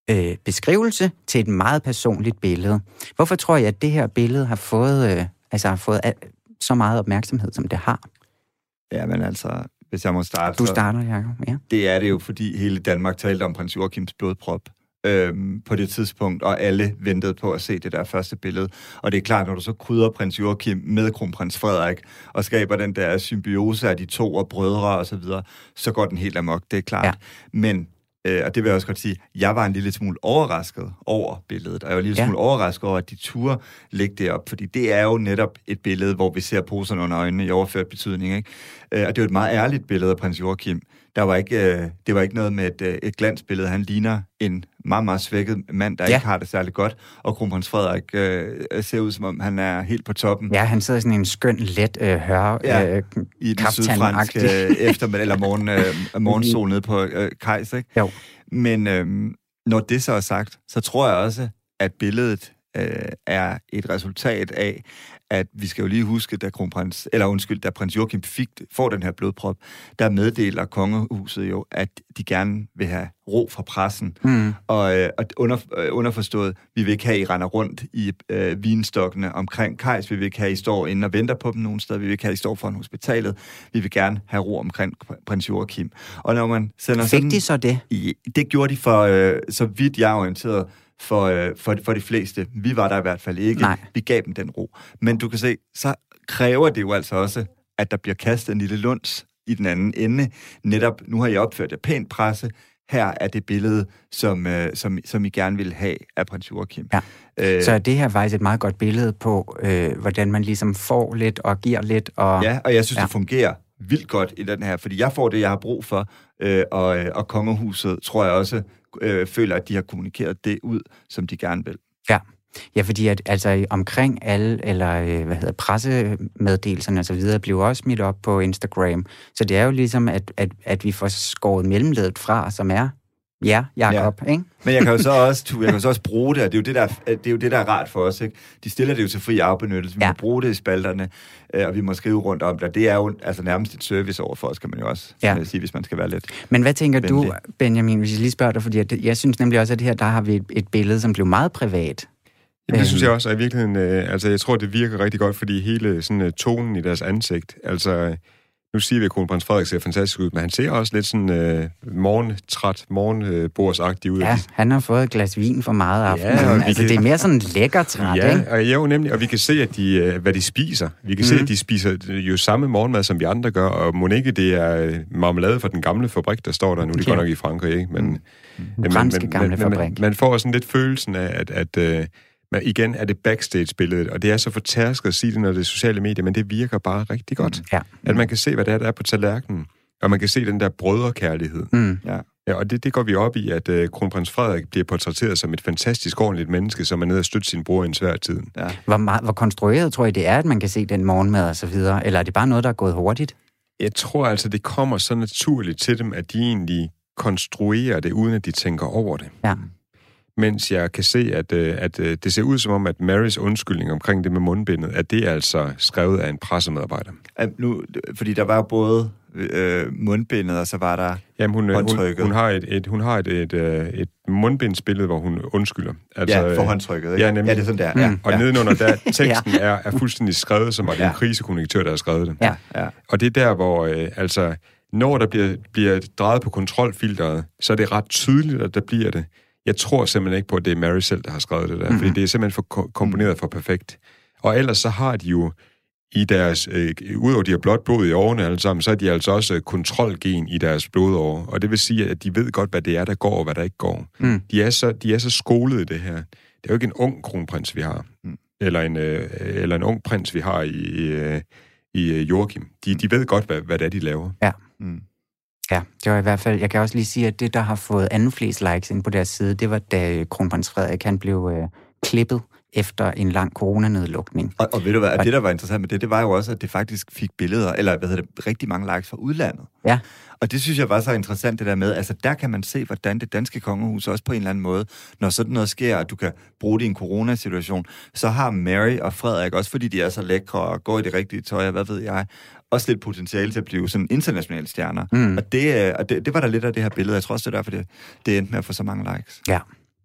øh, beskrivelse til et meget personligt billede. Hvorfor tror jeg, at det her billede har fået, øh, altså har fået så meget opmærksomhed, som det har? Ja, men altså, hvis jeg må starte... Du starter, Jacob, ja. Det er det jo, fordi hele Danmark talte om prins Joachims blodprop øhm, på det tidspunkt, og alle ventede på at se det der første billede. Og det er klart, når du så krydder prins Joachim med kronprins Frederik, og skaber den der symbiose af de to og brødre og så videre, så går den helt amok, det er klart. Ja. Men Øh, og det vil jeg også godt sige, jeg var en lille smule overrasket over billedet, og jeg var en lille ja. smule overrasket over, at de turde lægge det op, fordi det er jo netop et billede, hvor vi ser poserne under øjnene i overført betydning, ikke? Øh, og det er jo et meget ærligt billede af prins Joachim. Der var ikke, øh, det var ikke noget med et, et glansbillede. Han ligner en meget, meget svækket mand, der ja. ikke har det særlig godt, og kronprins Frederik øh, ser ud, som om han er helt på toppen. Ja, han sidder sådan en skøn, let øh, hør ja, øh, i den sydfranske øh, eftermiddag, eller morgen, øh, morgensol nede på øh, Kajs, ikke? Jo. Men øh, når det så er sagt, så tror jeg også, at billedet øh, er et resultat af, at vi skal jo lige huske, da kronprins, eller undskyld, da prins Joachim fik, får den her blodprop, der meddeler kongehuset jo, at de gerne vil have ro fra pressen. Mm. Og, øh, og under, øh, underforstået, vi vil ikke have, I render rundt i øh, vinstokkene omkring Kajs, vi vil ikke have, I står inde og venter på dem nogen steder, vi vil ikke have, I står foran hospitalet, vi vil gerne have ro omkring prins Joachim. Og når man sender Fik sådan... de så det? I, det gjorde de for, øh, så vidt jeg er orienteret, For, øh, for, for de fleste. Vi var der i hvert fald ikke. Nej. Vi gav dem den ro. Men du kan se, så kræver det jo altså også, at der bliver kastet en lille luns i den anden ende. Netop, nu har I opført jer pænt presse. Her er det billede, som, øh, som, som I gerne vil have af prins Joachim. Ja. Øh, så det her er faktisk et meget godt billede på, øh, hvordan man ligesom får lidt og giver lidt. Og, ja, og jeg synes, ja. det fungerer vildt godt i den her, fordi jeg får det, jeg har brug for, øh, og, og kongehuset, tror jeg også, øh, føler, at de har kommunikeret det ud, som de gerne vil. Ja, ja, fordi at, altså, omkring alle, eller hvad hedder pressemeddelelserne og så videre, blev også smidt op på Instagram. Så det er jo ligesom, at, at, at vi får skåret mellemledet fra, som er ja, Jacob, ja. Ikke? Men jeg kan jo så også, jeg kan så også bruge det, og det er jo det, der, det er jo det, der er rart for os, ikke? De stiller det jo til fri afbenyttelse, vi ja. må bruge det i spalterne, og vi må skrive rundt om det. Det er jo altså nærmest et service over for os, kan man jo også ja. sige, hvis man skal være lidt. Men hvad tænker venlig. du, Benjamin, hvis jeg lige spørger dig, fordi jeg synes nemlig også, at det her, der har vi et, et billede, som blev meget privat. Jamen, det synes jeg også, og i virkeligheden, øh, altså jeg tror, det virker rigtig godt, fordi hele sådan, uh, tonen i deres ansigt, altså nu siger vi, at kronprins Frederik ser fantastisk ud, men han ser også lidt sådan øh, morgentræt, morgenbordsagtig ud. Ja, han har fået et glas vin for meget aften. Ja, altså, kan... det er mere sådan lækker træt, ja, ikke? Og jo, nemlig, og vi kan se, at de, hvad de spiser. Vi kan mm. se, at de spiser jo samme morgenmad, som vi andre gør, og mon ikke det er marmelade fra den gamle fabrik, der står der nu. Det er ja. godt nok i Frankrig, ikke? Men, mm. Den franske gamle men, fabrik. Man, man får sådan lidt følelsen af, at... at øh, men igen er det backstage-billedet, og det er så fortærsket at sige det, når det er sociale medier, men det virker bare rigtig godt. Ja. At man kan se, hvad det er, der er på tallerkenen, og man kan se den der brødrekærlighed. Mm. Ja. Ja, og det, det går vi op i, at uh, kronprins Frederik bliver portrætteret som et fantastisk ordentligt menneske, som er nede og støtte sin bror i en svær tid. Ja. Hvor, meget, hvor konstrueret tror I det er, at man kan se den morgenmad og så videre, eller er det bare noget, der er gået hurtigt? Jeg tror altså, det kommer så naturligt til dem, at de egentlig konstruerer det, uden at de tænker over det. Ja. Mens jeg kan se, at, at det ser ud som om, at Marys undskyldning omkring det med mundbindet, at det er altså skrevet af en pressemedarbejder. At nu, fordi der var både øh, mundbindet, og så var der Jamen, hun, håndtrykket. Hun, hun har et, et, hun har et, et, et, et mundbindsbillede, hvor hun undskylder. Altså, ja, for håndtrykket, ikke? Ja, nemlig. Ja, det er sådan der. Mm. Ja, og ja. nedenunder der, teksten ja. er, er fuldstændig skrevet, som var det ja. en krisekommunikatør, der har skrevet det. Ja. Ja. Og det er der, hvor øh, altså, når der bliver, bliver drejet på kontrolfilteret, så er det ret tydeligt, at der bliver det. Jeg tror simpelthen ikke på, at det er Mary selv, der har skrevet det der, mm-hmm. fordi det er simpelthen for komponeret for perfekt. Og ellers så har de jo i deres, øh, udover de har blot blod i årene alle sammen, så er de altså også kontrolgen i deres blodår. Og det vil sige, at de ved godt, hvad det er, der går, og hvad der ikke går. Mm. De, er så, de er så skolede i det her. Det er jo ikke en ung kronprins, vi har. Mm. Eller, en, øh, eller en ung prins, vi har i, i, i Joachim. De, de ved godt, hvad, hvad det er, de laver. Ja. Mm. Ja, det var i hvert fald, jeg kan også lige sige, at det, der har fået anden flest likes ind på deres side, det var, da kronprins Frederik, han blev øh, klippet efter en lang coronanedlukning. Og, og ved du hvad, og det, der var interessant med det, det var jo også, at det faktisk fik billeder, eller hvad hedder det, rigtig mange likes fra udlandet. Ja. Og det synes jeg var så interessant, det der med, altså der kan man se, hvordan det danske kongehus også på en eller anden måde, når sådan noget sker, og du kan bruge det i en coronasituation, så har Mary og Frederik, også fordi de er så lækre og går i det rigtige tøj, hvad ved jeg, også lidt potentiale til at blive sådan internationale stjerner. Mm. Og, det, og det, det var der lidt af det her billede. Jeg tror også, det er derfor, det, det endte med at få så mange likes. Ja.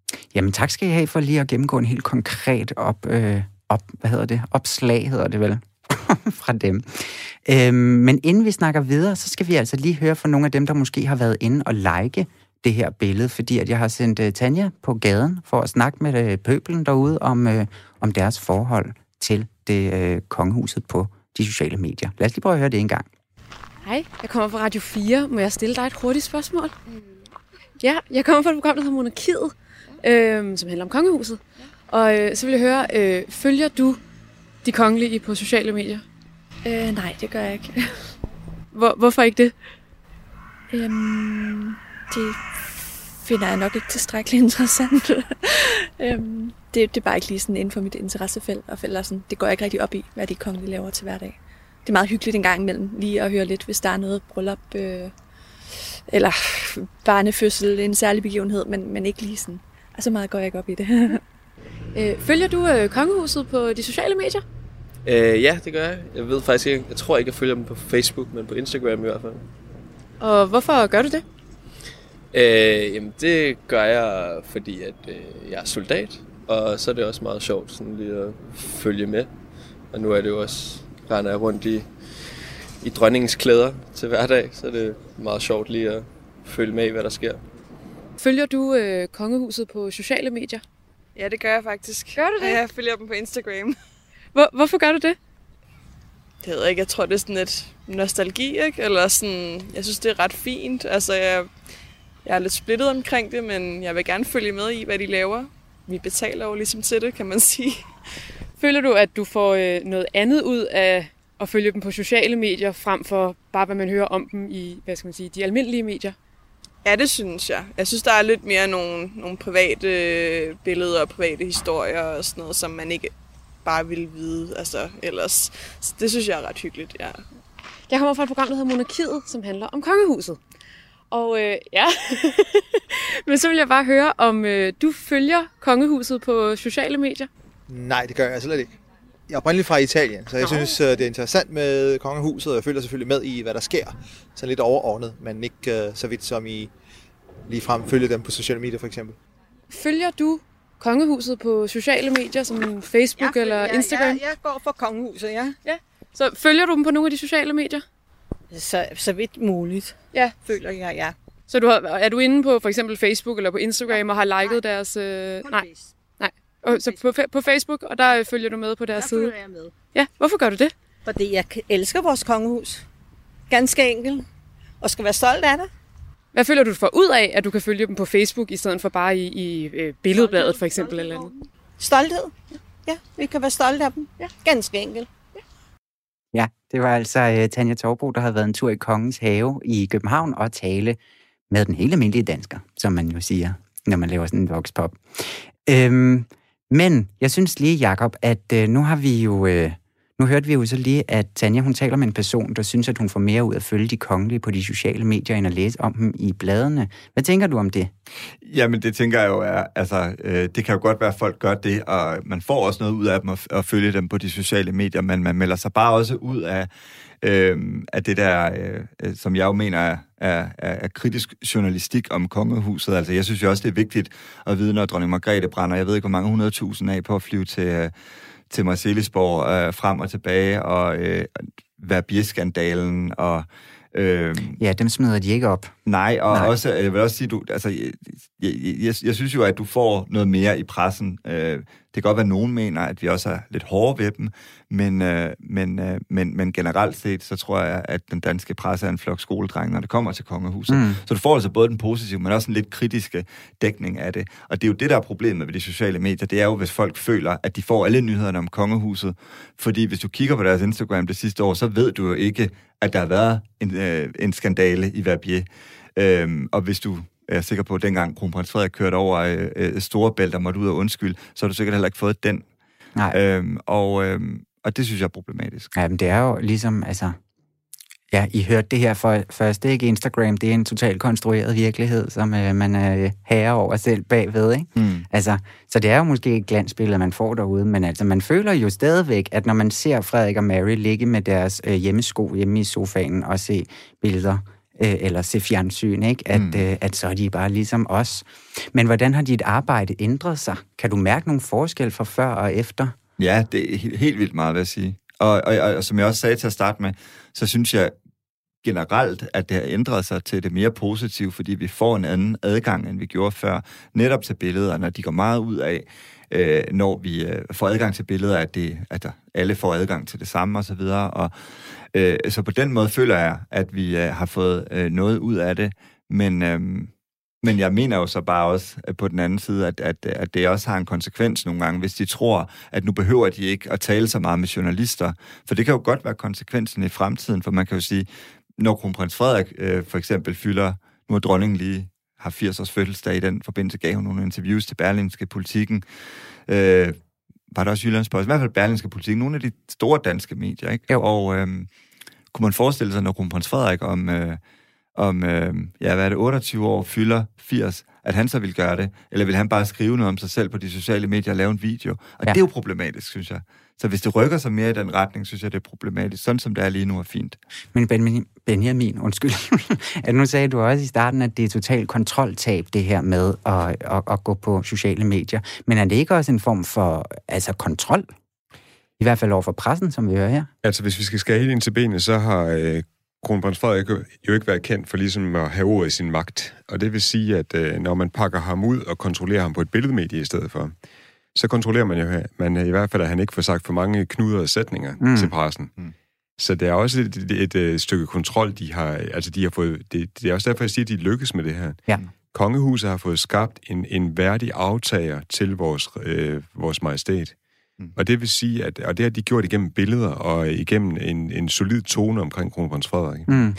Jamen tak skal I have for lige at gennemgå en helt konkret op, øh, op hvad hedder det, opslag, hedder det vel, fra dem. Øhm, men inden vi snakker videre, så skal vi altså lige høre fra nogle af dem, der måske har været inde og like det her billede, fordi at jeg har sendt uh, Tanja på gaden for at snakke med uh, pøbelen derude om, uh, om deres forhold til det uh, kongehuset på de sociale medier. Lad os lige prøve at høre det en gang. Hej, jeg kommer fra Radio fire. Må jeg stille dig et hurtigt spørgsmål? Mm. Ja, jeg kommer fra et program, der hedder Monarkiet, øh, som handler om kongehuset. Og øh, så vil jeg høre, øh, følger du de kongelige på sociale medier? Øh, nej, det gør jeg ikke. Hvor, hvorfor ikke det? Øhm, det finder jeg nok ikke tilstrækkeligt interessant. øhm, det, det er bare ikke lige sådan inden for mit interessefelt. Og sådan, det går jeg ikke rigtig op i, hvad de kongelige laver til hverdag. Det er meget hyggeligt en gang imellem lige at høre lidt, hvis der er noget bryllup øh, eller barnefødsel, en særlig begivenhed, men, men ikke lige sådan. Altså meget går jeg ikke op i det. øh, følger du øh, kongehuset på de sociale medier? Øh, ja, det gør jeg. Jeg ved faktisk ikke, jeg tror ikke, jeg følger dem på Facebook, men på Instagram i hvert fald. Og hvorfor gør du det? Øh, jamen, det gør jeg, fordi at, øh, jeg er soldat, og så er det også meget sjovt sådan lige at følge med. Og nu er det jo også, render jeg rundt i, i dronningens klæder til hverdag, så er det meget sjovt lige at følge med i, hvad der sker. Følger du øh, kongehuset på sociale medier? Ja, det gør jeg faktisk. Gør du det? Ja, jeg følger dem på Instagram. Hvor, hvorfor gør du det? Det ved jeg ikke. Jeg tror, det er sådan et nostalgi, ikke? Eller sådan, jeg synes, det er ret fint. Altså, jeg, jeg er lidt splittet omkring det, men jeg vil gerne følge med i, hvad de laver. Vi betaler jo ligesom til det, kan man sige. Føler du, at du får øh, noget andet ud af at følge dem på sociale medier, frem for bare, hvad man hører om dem i, hvad skal man sige, de almindelige medier? Ja, det synes jeg. Jeg synes, der er lidt mere nogle, nogle private billeder og private historier og sådan noget, som man ikke bare ville vide, altså ellers. Så det synes jeg er ret hyggeligt, ja. Jeg kommer fra et program, der hedder Monarkiet, som handler om kongehuset. Og øh, ja, men så vil jeg bare høre, om øh, du følger kongehuset på sociale medier? Nej, det gør jeg slet ikke. Jeg er oprindeligt fra Italien, så jeg Nå. synes, det er interessant med kongehuset, og jeg følger selvfølgelig med i, hvad der sker. Så lidt overordnet, men ikke uh, så vidt som I ligefrem følger dem på sociale medier for eksempel. Følger du kongehuset på sociale medier, som Facebook jeg, eller jeg, Instagram? Jeg, jeg går for kongehuset, ja. ja. Så følger du dem på nogle af de sociale medier? Så, så vidt muligt, ja. føler jeg, ja. Så du har, er du inde på for eksempel Facebook eller på Instagram ja. og har liket nej. deres... Øh, nej, nej. Og, så på, på Facebook, og der følger du med på deres der side? Der følger jeg med. Ja, hvorfor gør du det? Fordi jeg elsker vores kongehus. Ganske enkelt. Og skal være stolt af det. Hvad føler du for ud af, at du kan følge dem på Facebook, i stedet for bare i, i øh, Billedbladet for eksempel? Stolthed. Eller andet? Stolthed. Ja, vi kan være stolte af dem. Ja. Ganske enkelt. Ja. Ja, det var altså uh, Tanja Torbro, der havde været en tur i Kongens Have i København og tale med den helt almindelige dansker, som man jo siger, når man laver sådan en voxpop. Øhm, men jeg synes lige, Jakob, at øh, nu har vi jo, øh, nu hørte vi jo så lige, at Tanja, hun taler med en person, der synes, at hun får mere ud af at følge de kongelige på de sociale medier, end at læse om dem i bladene. Hvad tænker du om det? Jamen, det tænker jeg jo er, altså, øh, det kan jo godt være, at folk gør det, og man får også noget ud af dem at, at følge dem på de sociale medier, men man melder sig bare også ud af, øh, af det der, øh, som jeg jo mener er, er, er kritisk journalistik om kongehuset. Altså, jeg synes jo også, det er vigtigt at vide, når dronning Margrethe brænder, jeg ved ikke, hvor mange hundredtusind af på at flyve til... Øh, til Marselisborg øh, frem og tilbage, og øh, Verbier-skandalen, og... Øh, ja, dem smider de ikke op. Nej, og nej. også, jeg vil også sige, du, altså, jeg, jeg, jeg, jeg synes jo, at du får noget mere i pressen. Øh, det kan godt være, at nogen mener, at vi også er lidt hårde ved dem, men, øh, men, øh, men, men generelt set, så tror jeg, at den danske presse er en flok skoledrenge, når det kommer til kongehuset. Mm. Så du får altså både den positive, men også en lidt kritiske dækning af det. Og det er jo det, der er problemet med de sociale medier. Det er jo, hvis folk føler, at de får alle nyhederne om kongehuset. Fordi hvis du kigger på deres Instagram det sidste år, så ved du jo ikke, at der har været en, øh, en skandale i Verbier. Øhm, og hvis du er sikker på, at dengang kronprins Frederik kørte over øh, øh, Storebælt og måtte ud og undskylde, så har du sikkert heller ikke fået den. Nej. Øhm, og, øhm, og det synes jeg er problematisk. Ja, men det er jo ligesom, altså... Ja, I hørte det her for, først, det er ikke Instagram, det er en totalt konstrueret virkelighed, som øh, man er herre over selv bagved, ikke? Mm. Altså, så det er jo måske et glansbillede, man får derude, men altså, man føler jo stadigvæk, at når man ser Frederik og Mary ligge med deres øh, hjemmesko hjemme i sofaen og se billeder øh, eller se fjernsyn, ikke? At, mm. øh, at så er de bare ligesom os. Men hvordan har dit arbejde ændret sig? Kan du mærke nogle forskel fra før og efter? Ja, det er helt, helt vildt meget, vil jeg sige. Og, og, og, og som jeg også sagde til at starte med, så synes jeg generelt, at det har ændret sig til det mere positive, fordi vi får en anden adgang, end vi gjorde før, netop til billeder, når de går meget ud af, øh, når vi øh, får adgang til billeder, at, det, at der, alle får adgang til det samme og så videre. Og, øh, så på den måde føler jeg, at vi øh, har fået øh, noget ud af det, men... Øh, Men jeg mener jo så bare også på den anden side, at, at, at det også har en konsekvens nogle gange, hvis de tror, at nu behøver de ikke at tale så meget med journalister. For det kan jo godt være konsekvensen i fremtiden, for man kan jo sige, når kronprins Frederik øh, for eksempel fylder, nu har dronningen lige har firs års fødselsdag i den forbindelse, gav hun nogle interviews til Berlingske Politikken. Øh, var der også Jyllandsposten? I hvert fald Berlingske Politikken, nogle af de store danske medier, ikke? Jo. Og øh, kunne man forestille sig, når kronprins Frederik om... Øh, om, øh, ja, hvad er det, otteogtyve år fylder firs, at han så vil gøre det, eller vil han bare skrive noget om sig selv på de sociale medier og lave en video? Og ja. Det er jo problematisk, synes jeg. Så hvis det rykker sig mere i den retning, synes jeg, det er problematisk. Sådan som det er lige nu er fint. Men Ben, Benjamin, undskyld, at nu sagde du også i starten, at det er totalt kontroltab, det her med at, at, at gå på sociale medier. Men er det ikke også en form for altså kontrol? I hvert fald over for pressen, som vi hører her. Altså, hvis vi skal skære helt ind til benet, så har... Øh kronprins Frederik jo ikke været kendt for ligesom at have ordet i sin magt. Og det vil sige, at øh, når man pakker ham ud og kontrollerer ham på et billedmedie i stedet for, så kontrollerer man jo man, i hvert fald, at han ikke får sagt for mange knuder og sætninger mm. til pressen. Mm. Så det er også et, et, et, et stykke kontrol, de har, altså de har fået, det, det er også derfor, jeg siger, at de lykkes med det her. Ja. Kongehuset har fået skabt en, en værdig aftager til vores, øh, vores majestæt. Mm. Og det vil sige, at og det har de gjort igennem billeder og igennem en, en solid tone omkring kronprins Frederik. Mm.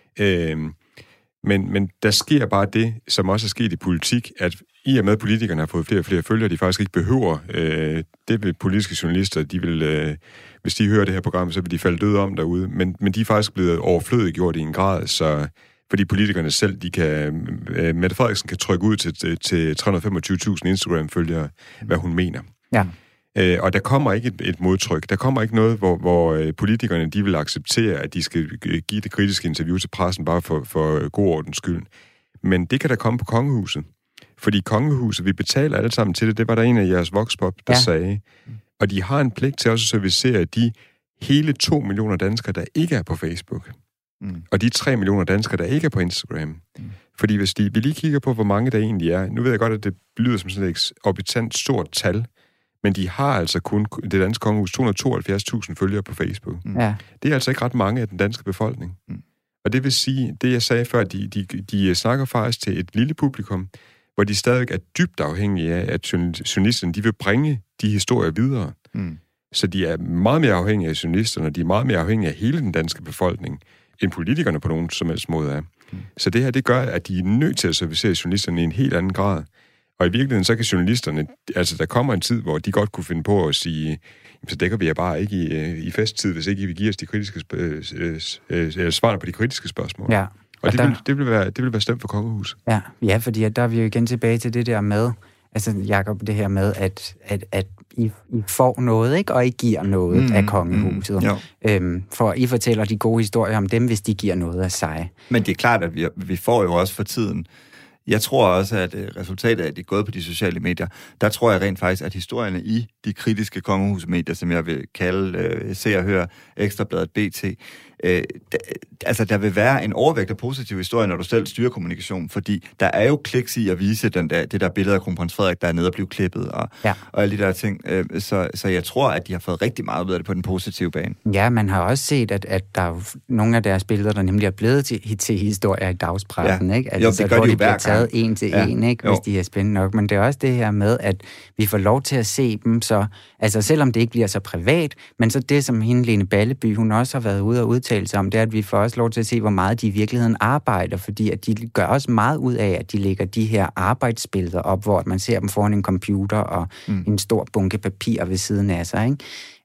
Øhm, men, men der sker bare det, som også er sket i politik, at i og med, at politikerne har fået flere og flere følgere, de faktisk ikke behøver. Øh, det vil politiske journalister, de vil, øh, hvis de hører det her program, så vil de falde døde om derude. Men, men de er faktisk blevet overflødiggjort i en grad, så fordi politikerne selv, de kan, øh, Mette Frederiksen kan trykke ud til, til tre hundrede og femogtyve tusind Instagram-følgere, hvad hun mener. Ja. Øh, og der kommer ikke et, et modtryk. Der kommer ikke noget, hvor, hvor øh, politikerne de vil acceptere, at de skal give det kritiske interview til pressen bare for, for god ordens skyld. Men det kan der komme på kongehuset. Fordi kongehuset, vi betaler alle sammen til det. Det var der en af jeres voxpop, der ja. sagde. Og de har en pligt til også at servicere de hele to millioner danskere, der ikke er på Facebook. Mm. Og de tre millioner danskere, der ikke er på Instagram. Mm. Fordi hvis de, vi lige kigger på, hvor mange der egentlig er. Nu ved jeg godt, at det lyder som sådan et orbitant stort tal. Men de har altså kun, det danske kongehus, to hundrede og tooghalvfjerds tusind følgere på Facebook. Mm. Ja. Det er altså ikke ret mange af den danske befolkning. Mm. Og det vil sige, det jeg sagde før, de, de, de snakker faktisk til et lille publikum, hvor de stadig er dybt afhængige af, at journalisterne, de vil bringe de historier videre. Mm. Så de er meget mere afhængige af journalisterne, og de er meget mere afhængige af hele den danske befolkning, end politikerne på nogen som helst måde er. Mm. Så det her, det gør, at de er nødt til at servicere journalisterne i en helt anden grad. Og i virkeligheden, så kan journalisterne, altså der kommer en tid, hvor de godt kunne finde på at sige, så dækker vi jer bare ikke i, i festtid, hvis ikke I vil give os de kritiske øh, øh, svarene på de kritiske spørgsmål. Ja. Og, og det, der... vil, det, vil være, det vil være stemt for kongehuset. Ja, ja, fordi der er vi jo igen tilbage til det der med, altså Jacob, det her med, at, at, at I, I får noget, ikke? Og I giver noget mm, af kongehuset. Mm, øhm, for I fortæller de gode historier om dem, hvis de giver noget af sig. Men det er klart, at vi, vi får jo også for tiden. Jeg tror også, at resultatet af, at det er gået på de sociale medier, der tror jeg rent faktisk, at historierne i de kritiske kongehusmedier, som jeg vil kalde øh, Se og Hør, Ekstrabladet, B T, øh, d- altså der vil være en overvægt af positiv historie, når du selv styrer kommunikation, fordi der er jo kliks i at vise den der, det der billede af kronprins Frederik, der er nede og blive klippet, og, ja. og alle de der ting. Øh, så, så jeg tror, at de har fået rigtig meget ud af det på den positive bane. Ja, man har også set, at, at der er nogle af deres billeder, der nemlig er blevet til, til historier i dagspressen, ja. ikke? Altså, jo, det gør hvor de, de bliver taget en til ja. en, ikke? Hvis jo. de er spændende nok. Men det er også det her med, at vi får lov til at se dem, så altså selvom det ikke bliver så privat, men så det, som hende Lene Balleby, hun også har været ude og udtale sig om, det er, at vi får også lov til at se, hvor meget de i virkeligheden arbejder, fordi at de gør også meget ud af, at de lægger de her arbejdsbilleder op, hvor man ser dem foran en computer og mm. en stor bunke papir ved siden af sig, ikke?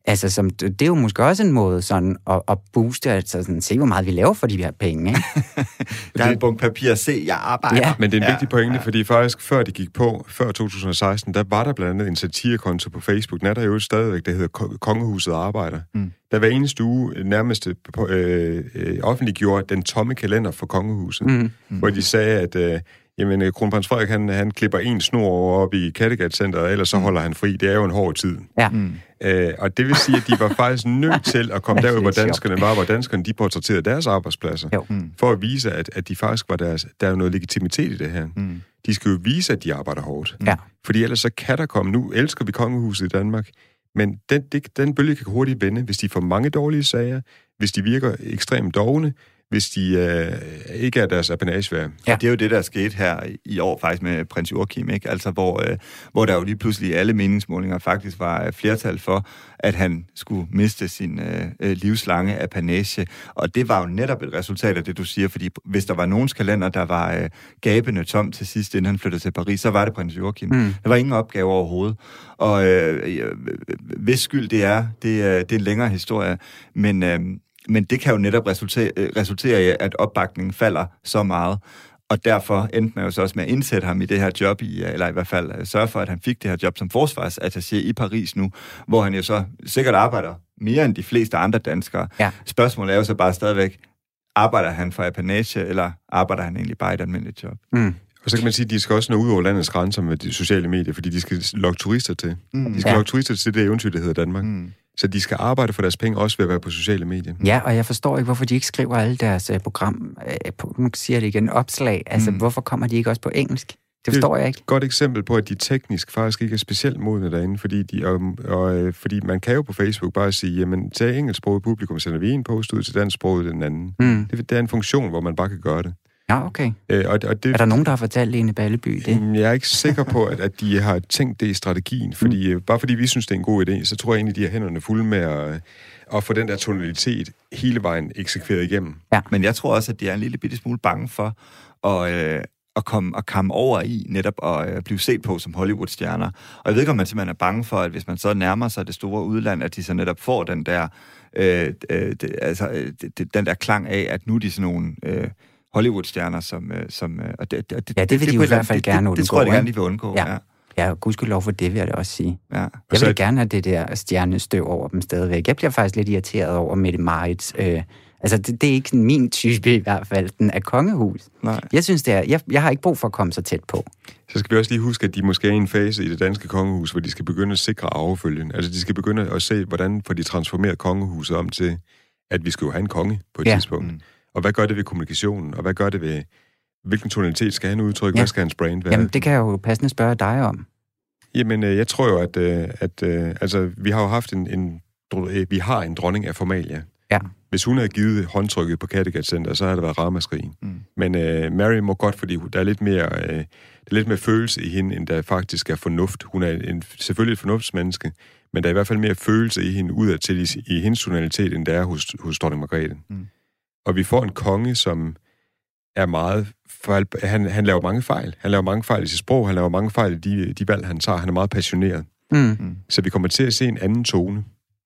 Altså, som, det er jo måske også en måde sådan at, at booste, altså sådan, se hvor meget vi laver for de her penge, ikke? Der er en bunke papir at se, jeg arbejder. Ja. Men det er en ja. vigtig pointe, ja. fordi faktisk før det gik på, før to tusind og seksten, der var der blandt andet en satirekonto på Facebook, den er der jo stadigvæk, der hedder Kongehuset Arbejder. Mm. Der hver eneste uge nærmest øh, øh, offentliggjorde den tomme kalender for Kongehuset, mm. Mm. hvor de sagde, at øh, jamen, kronprins Frederik, han, han klipper en snor op i Kattegat-centret, og ellers så holder han fri. Det er jo en hård tid. Ja. Mm. Øh, og det vil sige, at de var faktisk nødt til at komme derud, hvor danskerne var, hvor danskerne de portrætterede deres arbejdspladser, mm. for at vise, at, at de faktisk var deres, der er jo noget legitimitet i det her. Mm. De skal jo vise, at de arbejder hårdt. Ja. Fordi ellers så kan der komme, nu elsker vi Kongehuset i Danmark, men den, det, den bølge kan hurtigt vende, hvis de får mange dårlige sager, hvis de virker ekstremt dovne, hvis de øh, ikke er deres apanage værd. Ja. Det er jo det, der er sket her i år faktisk med prins Joachim, ikke? Altså, hvor, øh, hvor der jo lige pludselig alle meningsmålinger faktisk var flertal for, at han skulle miste sin øh, livslange apanage. Og det var jo netop et resultat af det, du siger, fordi hvis der var nogens kalender, der var øh, gabende tom til sidst, inden han flyttede til Paris, så var det prins Joachim. Mm. Der var ingen opgave overhovedet. Og øh, hvis skyld det er, det, øh, det er en længere historie, men... Øh, Men det kan jo netop resultere, resultere i, at opbakningen falder så meget. Og derfor endte man jo så også med at indsætte ham i det her job, i, eller i hvert fald sørge for, at han fik det her job som forsvarsattaché i Paris nu, hvor han jo så sikkert arbejder mere end de fleste andre danskere. Ja. Spørgsmålet er jo så bare stadigvæk, arbejder han for apanage, eller arbejder han egentlig bare i et almindeligt job? Mm. Og så kan man sige, at de skal også nå ud over landets grænser med de sociale medier, fordi de skal lokke turister til. Mm. De skal ja. lokke turister til det eventyr, der hedder Danmark. Mm. Så de skal arbejde for deres penge, også ved at være på sociale medier. Ja, og jeg forstår ikke, hvorfor de ikke skriver alle deres uh, program, uh, på, nu siger jeg det igen, opslag. Altså, mm. hvorfor kommer de ikke også på engelsk? Det forstår det jeg ikke. Et godt eksempel på, at de teknisk faktisk ikke er specielt modne derinde, fordi, de, og, og, fordi man kan jo på Facebook bare sige, jamen, til engelsksproget publikum sender vi en post ud, til dansksproget den anden. Mm. Det, det er en funktion, hvor man bare kan gøre det. Ja, okay. Øh, og, og det, er der nogen, der har fortalt Lene Balleby det? Jeg er ikke sikker på, at, at de har tænkt det i strategien, fordi mm. bare fordi vi synes, det er en god idé, så tror jeg egentlig, de har hænderne fulde med at, at få den der tonalitet hele vejen eksekveret igennem. Ja. Men jeg tror også, at de er en lille bitte smule bange for at, øh, at komme og komme over i netop at øh, blive set på som Hollywood-stjerner. Og jeg ved ikke, om man simpelthen er bange for, at hvis man så nærmer sig det store udland, at de så netop får den der, øh, øh, det, altså, øh, det, den der klang af, at nu er de sådan nogle... Øh, Hollywood-stjerner, som... som og det, det, ja, det vil det, de jo i hvert fald gerne undgå. Det, det tror jeg, de gerne vil undgå, ja. ja. Ja, gudskelov for det, vil jeg da også sige. Ja. Jeg vil gerne have det der stjernestøv over dem stadigvæk. Jeg bliver faktisk lidt irriteret over Mette Marits. Øh, altså, det, det er ikke min type i hvert fald, den er kongehus. Nej. Jeg synes, det er... Jeg, jeg har ikke brug for at komme så tæt på. Så skal vi også lige huske, at de måske er i en fase i det danske kongehus, hvor de skal begynde at sikre arvefølgen. Altså, de skal begynde at se, hvordan får de transformeret kongehuset om til, at vi skal jo have en konge på et ja. tidspunkt. Mm. Og hvad gør det ved kommunikationen? Og hvad gør det ved, hvilken tonalitet skal han udtrykke? Ja. Hvad skal hans brand være? Jamen, det kan jeg jo passende spørge dig om. Jamen, jeg tror jo, at, at altså, vi har jo haft en, en, vi har en dronning af formalia. Ja. Hvis hun havde givet håndtrykket på Kattegat Center, så havde der været ramaskrig. Mm. Men uh, Mary må godt, fordi der er lidt mere, uh, der er lidt mere følelse i hende, end der faktisk er fornuft. Hun er en, selvfølgelig et fornuftsmenneske, men der er i hvert fald mere følelse i hende udadtil i, i hendes tonalitet, end der er hos, hos dronning Margrethe. Mm. Og vi får en konge, som er meget... Fejl, han, han laver mange fejl. Han laver mange fejl i sit sprog, han laver mange fejl i de, de valg, han tager. Han er meget passioneret. Mm. Så vi kommer til at se en anden tone.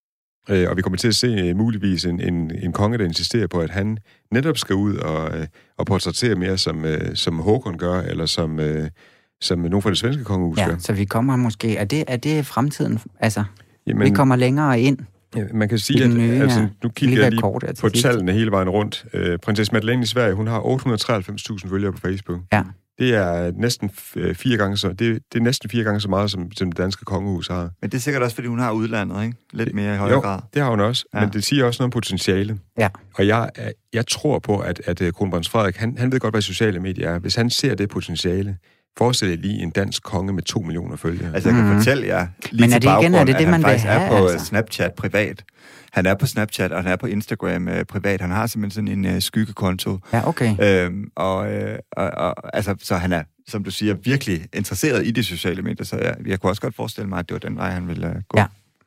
Øh, og vi kommer til at se uh, muligvis en, en, en konge, der insisterer på, at han netop skal ud og, uh, og portrættere mere, som, uh, som Håkon gør, eller som, uh, som nogen fra det svenske kongehus ja, gør. Så vi kommer måske... Er det, er det fremtiden? Altså, Jamen, vi kommer længere ind. Ja, man kan sige, at nye, altså, nu kigger jeg lige på tallene hele vejen rundt. Øh, prinsesse Madeleine i Sverige, hun har otte hundrede og treoghalvfems tusind følgere på Facebook. Ja. Det er næsten fire gange så, det, det er næsten fire gange så meget, som, som det danske kongehus har. Men det er sikkert også, fordi hun har udlandet, ikke? Lidt mere i højere jo, grad. det har hun også, ja. Men det siger også noget om potentiale. Ja. Og jeg, jeg tror på, at, at kronprins Frederik, han, han ved godt, hvad sociale medier er. Hvis han ser det potentiale, forestil jer lige en dansk konge med to millioner følgere. Altså, jeg kan mm-hmm. fortælle jer lige Men er til det igen, er det at det, han man faktisk vil have, er på altså? Snapchat privat. Han er på Snapchat, og han er på Instagram øh, privat. Han har simpelthen sådan en øh, skyggekonto. Ja, okay. Øhm, og, øh, og, og, altså, så han er, som du siger, virkelig interesseret i de sociale medier. Så jeg, jeg kunne også godt forestille mig, at det var den vej, han ville øh, gå. Ja,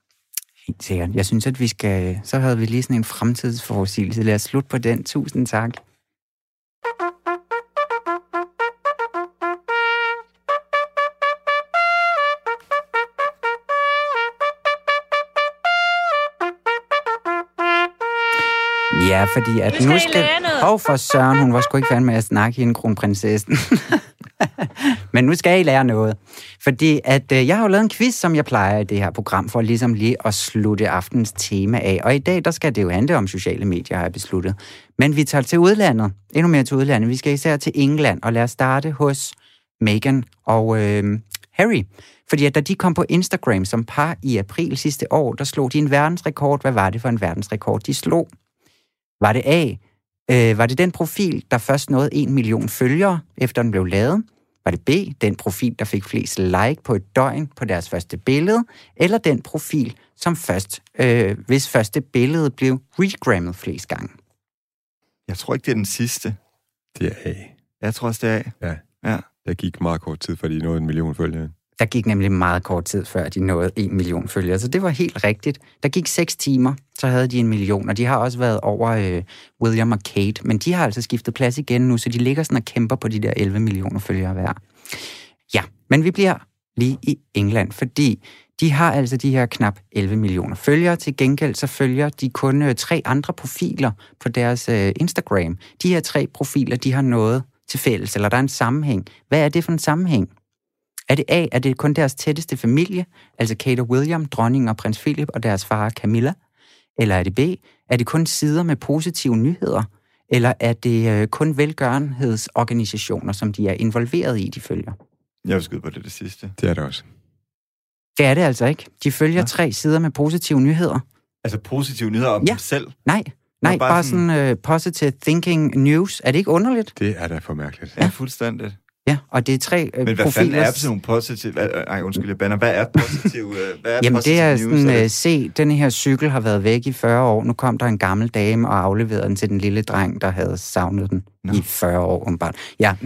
helt sikkert. Jeg synes, at vi skal... Så havde vi lige sådan en fremtidsforudsigelse. Lad os slutte på den. Tusind tak. Ja, fordi at nu skal... Hov, for søren, hun var sgu ikke færdig med at snakke hende, kronprinsessen. Men nu skal I lære noget. Fordi at øh, jeg har jo lavet en quiz, som jeg plejer i det her program, for ligesom lige at slutte aftens tema af. Og i dag, der skal det jo handle om sociale medier, har jeg besluttet. Men vi tager til udlandet. Endnu mere til udlandet. Vi skal især til England, og lad os starte hos Meghan og øh, Harry. Fordi at da de kom på Instagram som par i april sidste år, der slog de en verdensrekord. Hvad var det for en verdensrekord, de slog? Var det A? Øh, var det den profil, der først nåede en million følgere, efter den blev lavet? Var det B, den profil, der fik flest like på et døgn på deres første billede? Eller den profil, som først, øh, hvis første billede blev regrammet flest gange? Jeg tror ikke, det er den sidste. Det er A. Jeg tror også, det er A. Ja. Ja. Der gik meget kort tid, før de nåede en million følgere. Der gik nemlig meget kort tid, før de nåede en million følgere, så det var helt rigtigt. Der gik seks timer, så havde de en million, og de har også været over øh, William og Kate, men de har altså skiftet plads igen nu, så de ligger sådan og kæmper på de der elleve millioner følgere hver. Ja, men vi bliver lige i England, fordi de har altså de her knap elleve millioner følgere. Til gengæld så følger de kun øh, tre andre profiler på deres øh, Instagram. De her tre profiler, de har noget til fælles, eller der er en sammenhæng. Hvad er det for en sammenhæng? Er det A, er det kun deres tætteste familie, altså Kate og William, dronningen og prins Philip og deres far Camilla? Eller er det B, er det kun sider med positive nyheder? Eller er det øh, kun velgørenhedsorganisationer, som de er involveret i, de følger? Jeg vil skyde på det det sidste. Det er det også. Det er det altså ikke. De følger ja. tre sider med positive nyheder. Altså positive nyheder om ja. dem selv? Nej, nej, bare, bare sådan, sådan uh, positive thinking news. Er det ikke underligt? Det er da for mærkeligt. Ja, fuldstændigt. Ja, og det er tre øh, Men hvad profiler. fanden er sådan nogle positive... Nej, undskyld, jeg bander. Hvad er positive øh, hvad er Jamen, positive det er news, sådan, er øh, se, denne her cykel har været væk i fyrre år. Nu kom der en gammel dame og afleverede den til den lille dreng, der havde savnet den no. i fyrre år. Umiddelbart. Ja.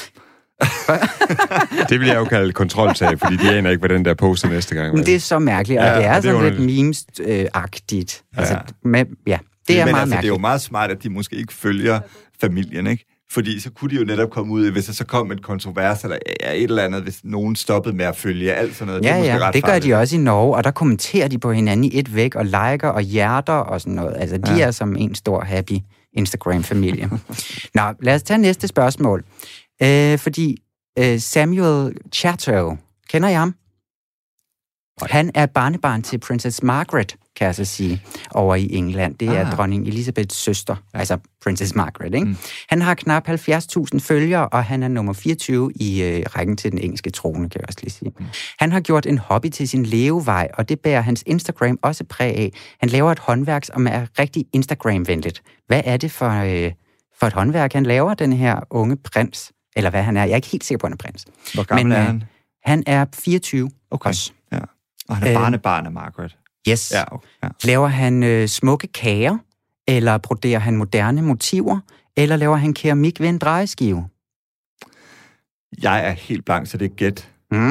Det vil jeg jo kalde kontroltab, fordi de aner ikke, hvad den der poster næste gang. Men det er så mærkeligt, og ja, det er og sådan det er lidt memes-agtigt. Øh, altså, ja. Med, ja, det, det er men meget altså, mærkeligt. Det er jo meget smart, at de måske ikke følger familien, ikke? Fordi så kunne de jo netop komme ud, hvis der så kom et kontrovers, eller et eller andet, hvis nogen stoppede med at følge, alt sådan noget. Ja, det er ja, ret det gør farligt. de også i Norge, og der kommenterer de på hinanden i et væk, og liker og hjerter og sådan noget. Altså, de ja. er som en stor happy Instagram-familie. Nå, lad os tage næste spørgsmål. Øh, fordi øh, Samuel Chatto, kender I ham? Han er barnebarn til Princess Margaret, kan jeg så sige, over i England. Det er ah. dronning Elisabeths søster, altså Princess Margaret, ikke? Mm. Han har knap halvfjerds tusind følgere, og han er nummer fireogtyve i øh, rækken til den engelske trone, kan jeg også lige sige. Mm. Han har gjort en hobby til sin levevej, og det bærer hans Instagram også præg af. Han laver et håndværk, som er rigtig Instagram-venligt. Hvad er det for, øh, for et håndværk, han laver, den her unge prins? Eller hvad han er. Jeg er ikke helt sikker på, at han er prins. Hvor gammel Men, er han? Øh, han er fireogtyve okay. også. Ja. Og han er barnebarn af Margaret. Yes. Ja, okay. Ja. Laver han øh, smukke kager, eller broderer han moderne motiver, eller laver han keramik ved en drejeskive? Jeg er helt blank, så det er gæt. Mm.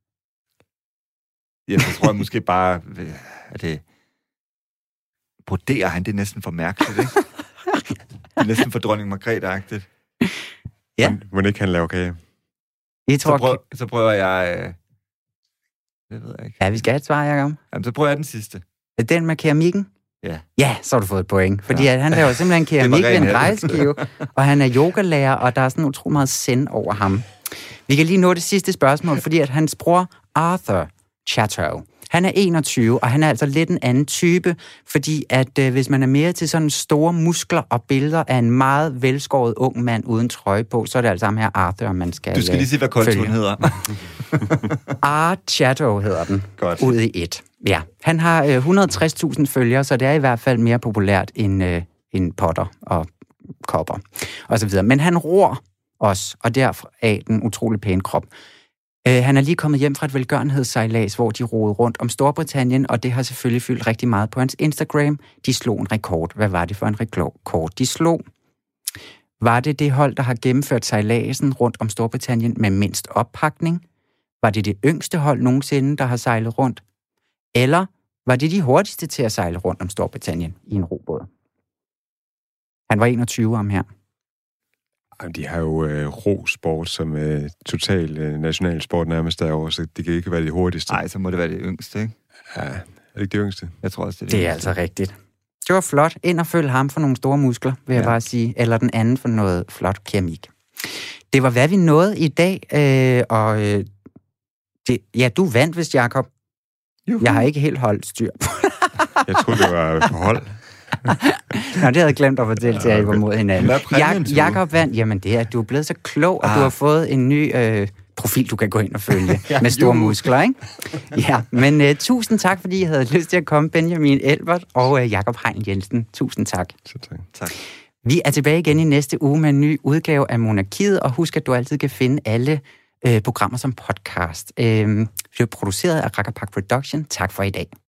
Jeg tror jeg måske bare, at det... Broderer han, det er næsten for mærkeligt, ikke? Det er næsten for dronning Margrethe-agtigt. Ja. Må ikke han lave kage? Jeg tror, så, prøver, så prøver jeg... Øh... Det ved jeg ikke. Ja, vi skal have et svar, Jacob. Jamen, så prøver jeg den sidste. Er den med keramikken? Ja. Ja, så har du fået et point. Fordi ja. han laver simpelthen keramik ved en drejeskive, og han er yogalærer, og der er sådan utrolig meget send over ham. Vi kan lige nå det sidste spørgsmål, fordi at hans bror Arthur Chatto, han er enogtyve, og han er altså lidt en anden type, fordi at øh, hvis man er mere til sådan store muskler og billeder af en meget velskåret ung mand uden trøje på, så er det altså ham her Arthur, man skal Du skal lige se, hvad kontoen hedder. Art Chatto hedder den. Godt. Ud i et. Ja, han har øh, et hundrede og tres tusind følgere, så det er i hvert fald mere populært end, øh, end Potter og kopper og så videre. Men han ror også, og derfra af den utrolig pæne krop. Øh, han er lige kommet hjem fra et velgørenhedssejlads, hvor de roede rundt om Storbritannien, og det har selvfølgelig fyldt rigtig meget på hans Instagram. De slog en rekord. Hvad var det for en rekord, de slog? Var det det hold, der har gennemført sejladsen rundt om Storbritannien med mindst oppakning? Var det det yngste hold nogensinde, der har sejlet rundt? Eller var det de hurtigste til at sejle rundt om Storbritannien i en robåd? Han var enogtyve om her. De har jo øh, rosport som øh, total øh, national sport nærmest derovre, så det kan ikke være det hurtigste. Nej, så må det være det yngste, ikke? Ja, er det ikke det yngste? Jeg tror også, det er det Det er yngste. altså rigtigt. Det var flot. Ind og følg ham for nogle store muskler, vil jeg ja. bare sige. Eller den anden for noget flot keramik. Det var, hvad vi nåede i dag. Øh, og øh, det, ja, du vandt vist, Jakob. Juhu. Jeg har ikke helt holdt styr på Jeg troede, det var på hold. Nå, det havde jeg glemt at fortælle ja, til, at I var mod hinanden. Jak- Jakob vandt. Jamen, det er, at du er blevet så klog, og ah. du har fået en ny øh, profil, du kan gå ind og følge ja, med store muskler, ikke? Ja, men uh, tusind tak, fordi I havde lyst til at komme, Benjamin Elbert og uh, Jakob Hein Jensen. Tusind tak. Så tak. tak. Vi er tilbage igen i næste uge med en ny udgave af Monarkiet, og husk, at du altid kan finde alle øh, programmer som podcast. Øh, det er produceret af Rakkerpak Production. Tak for i dag.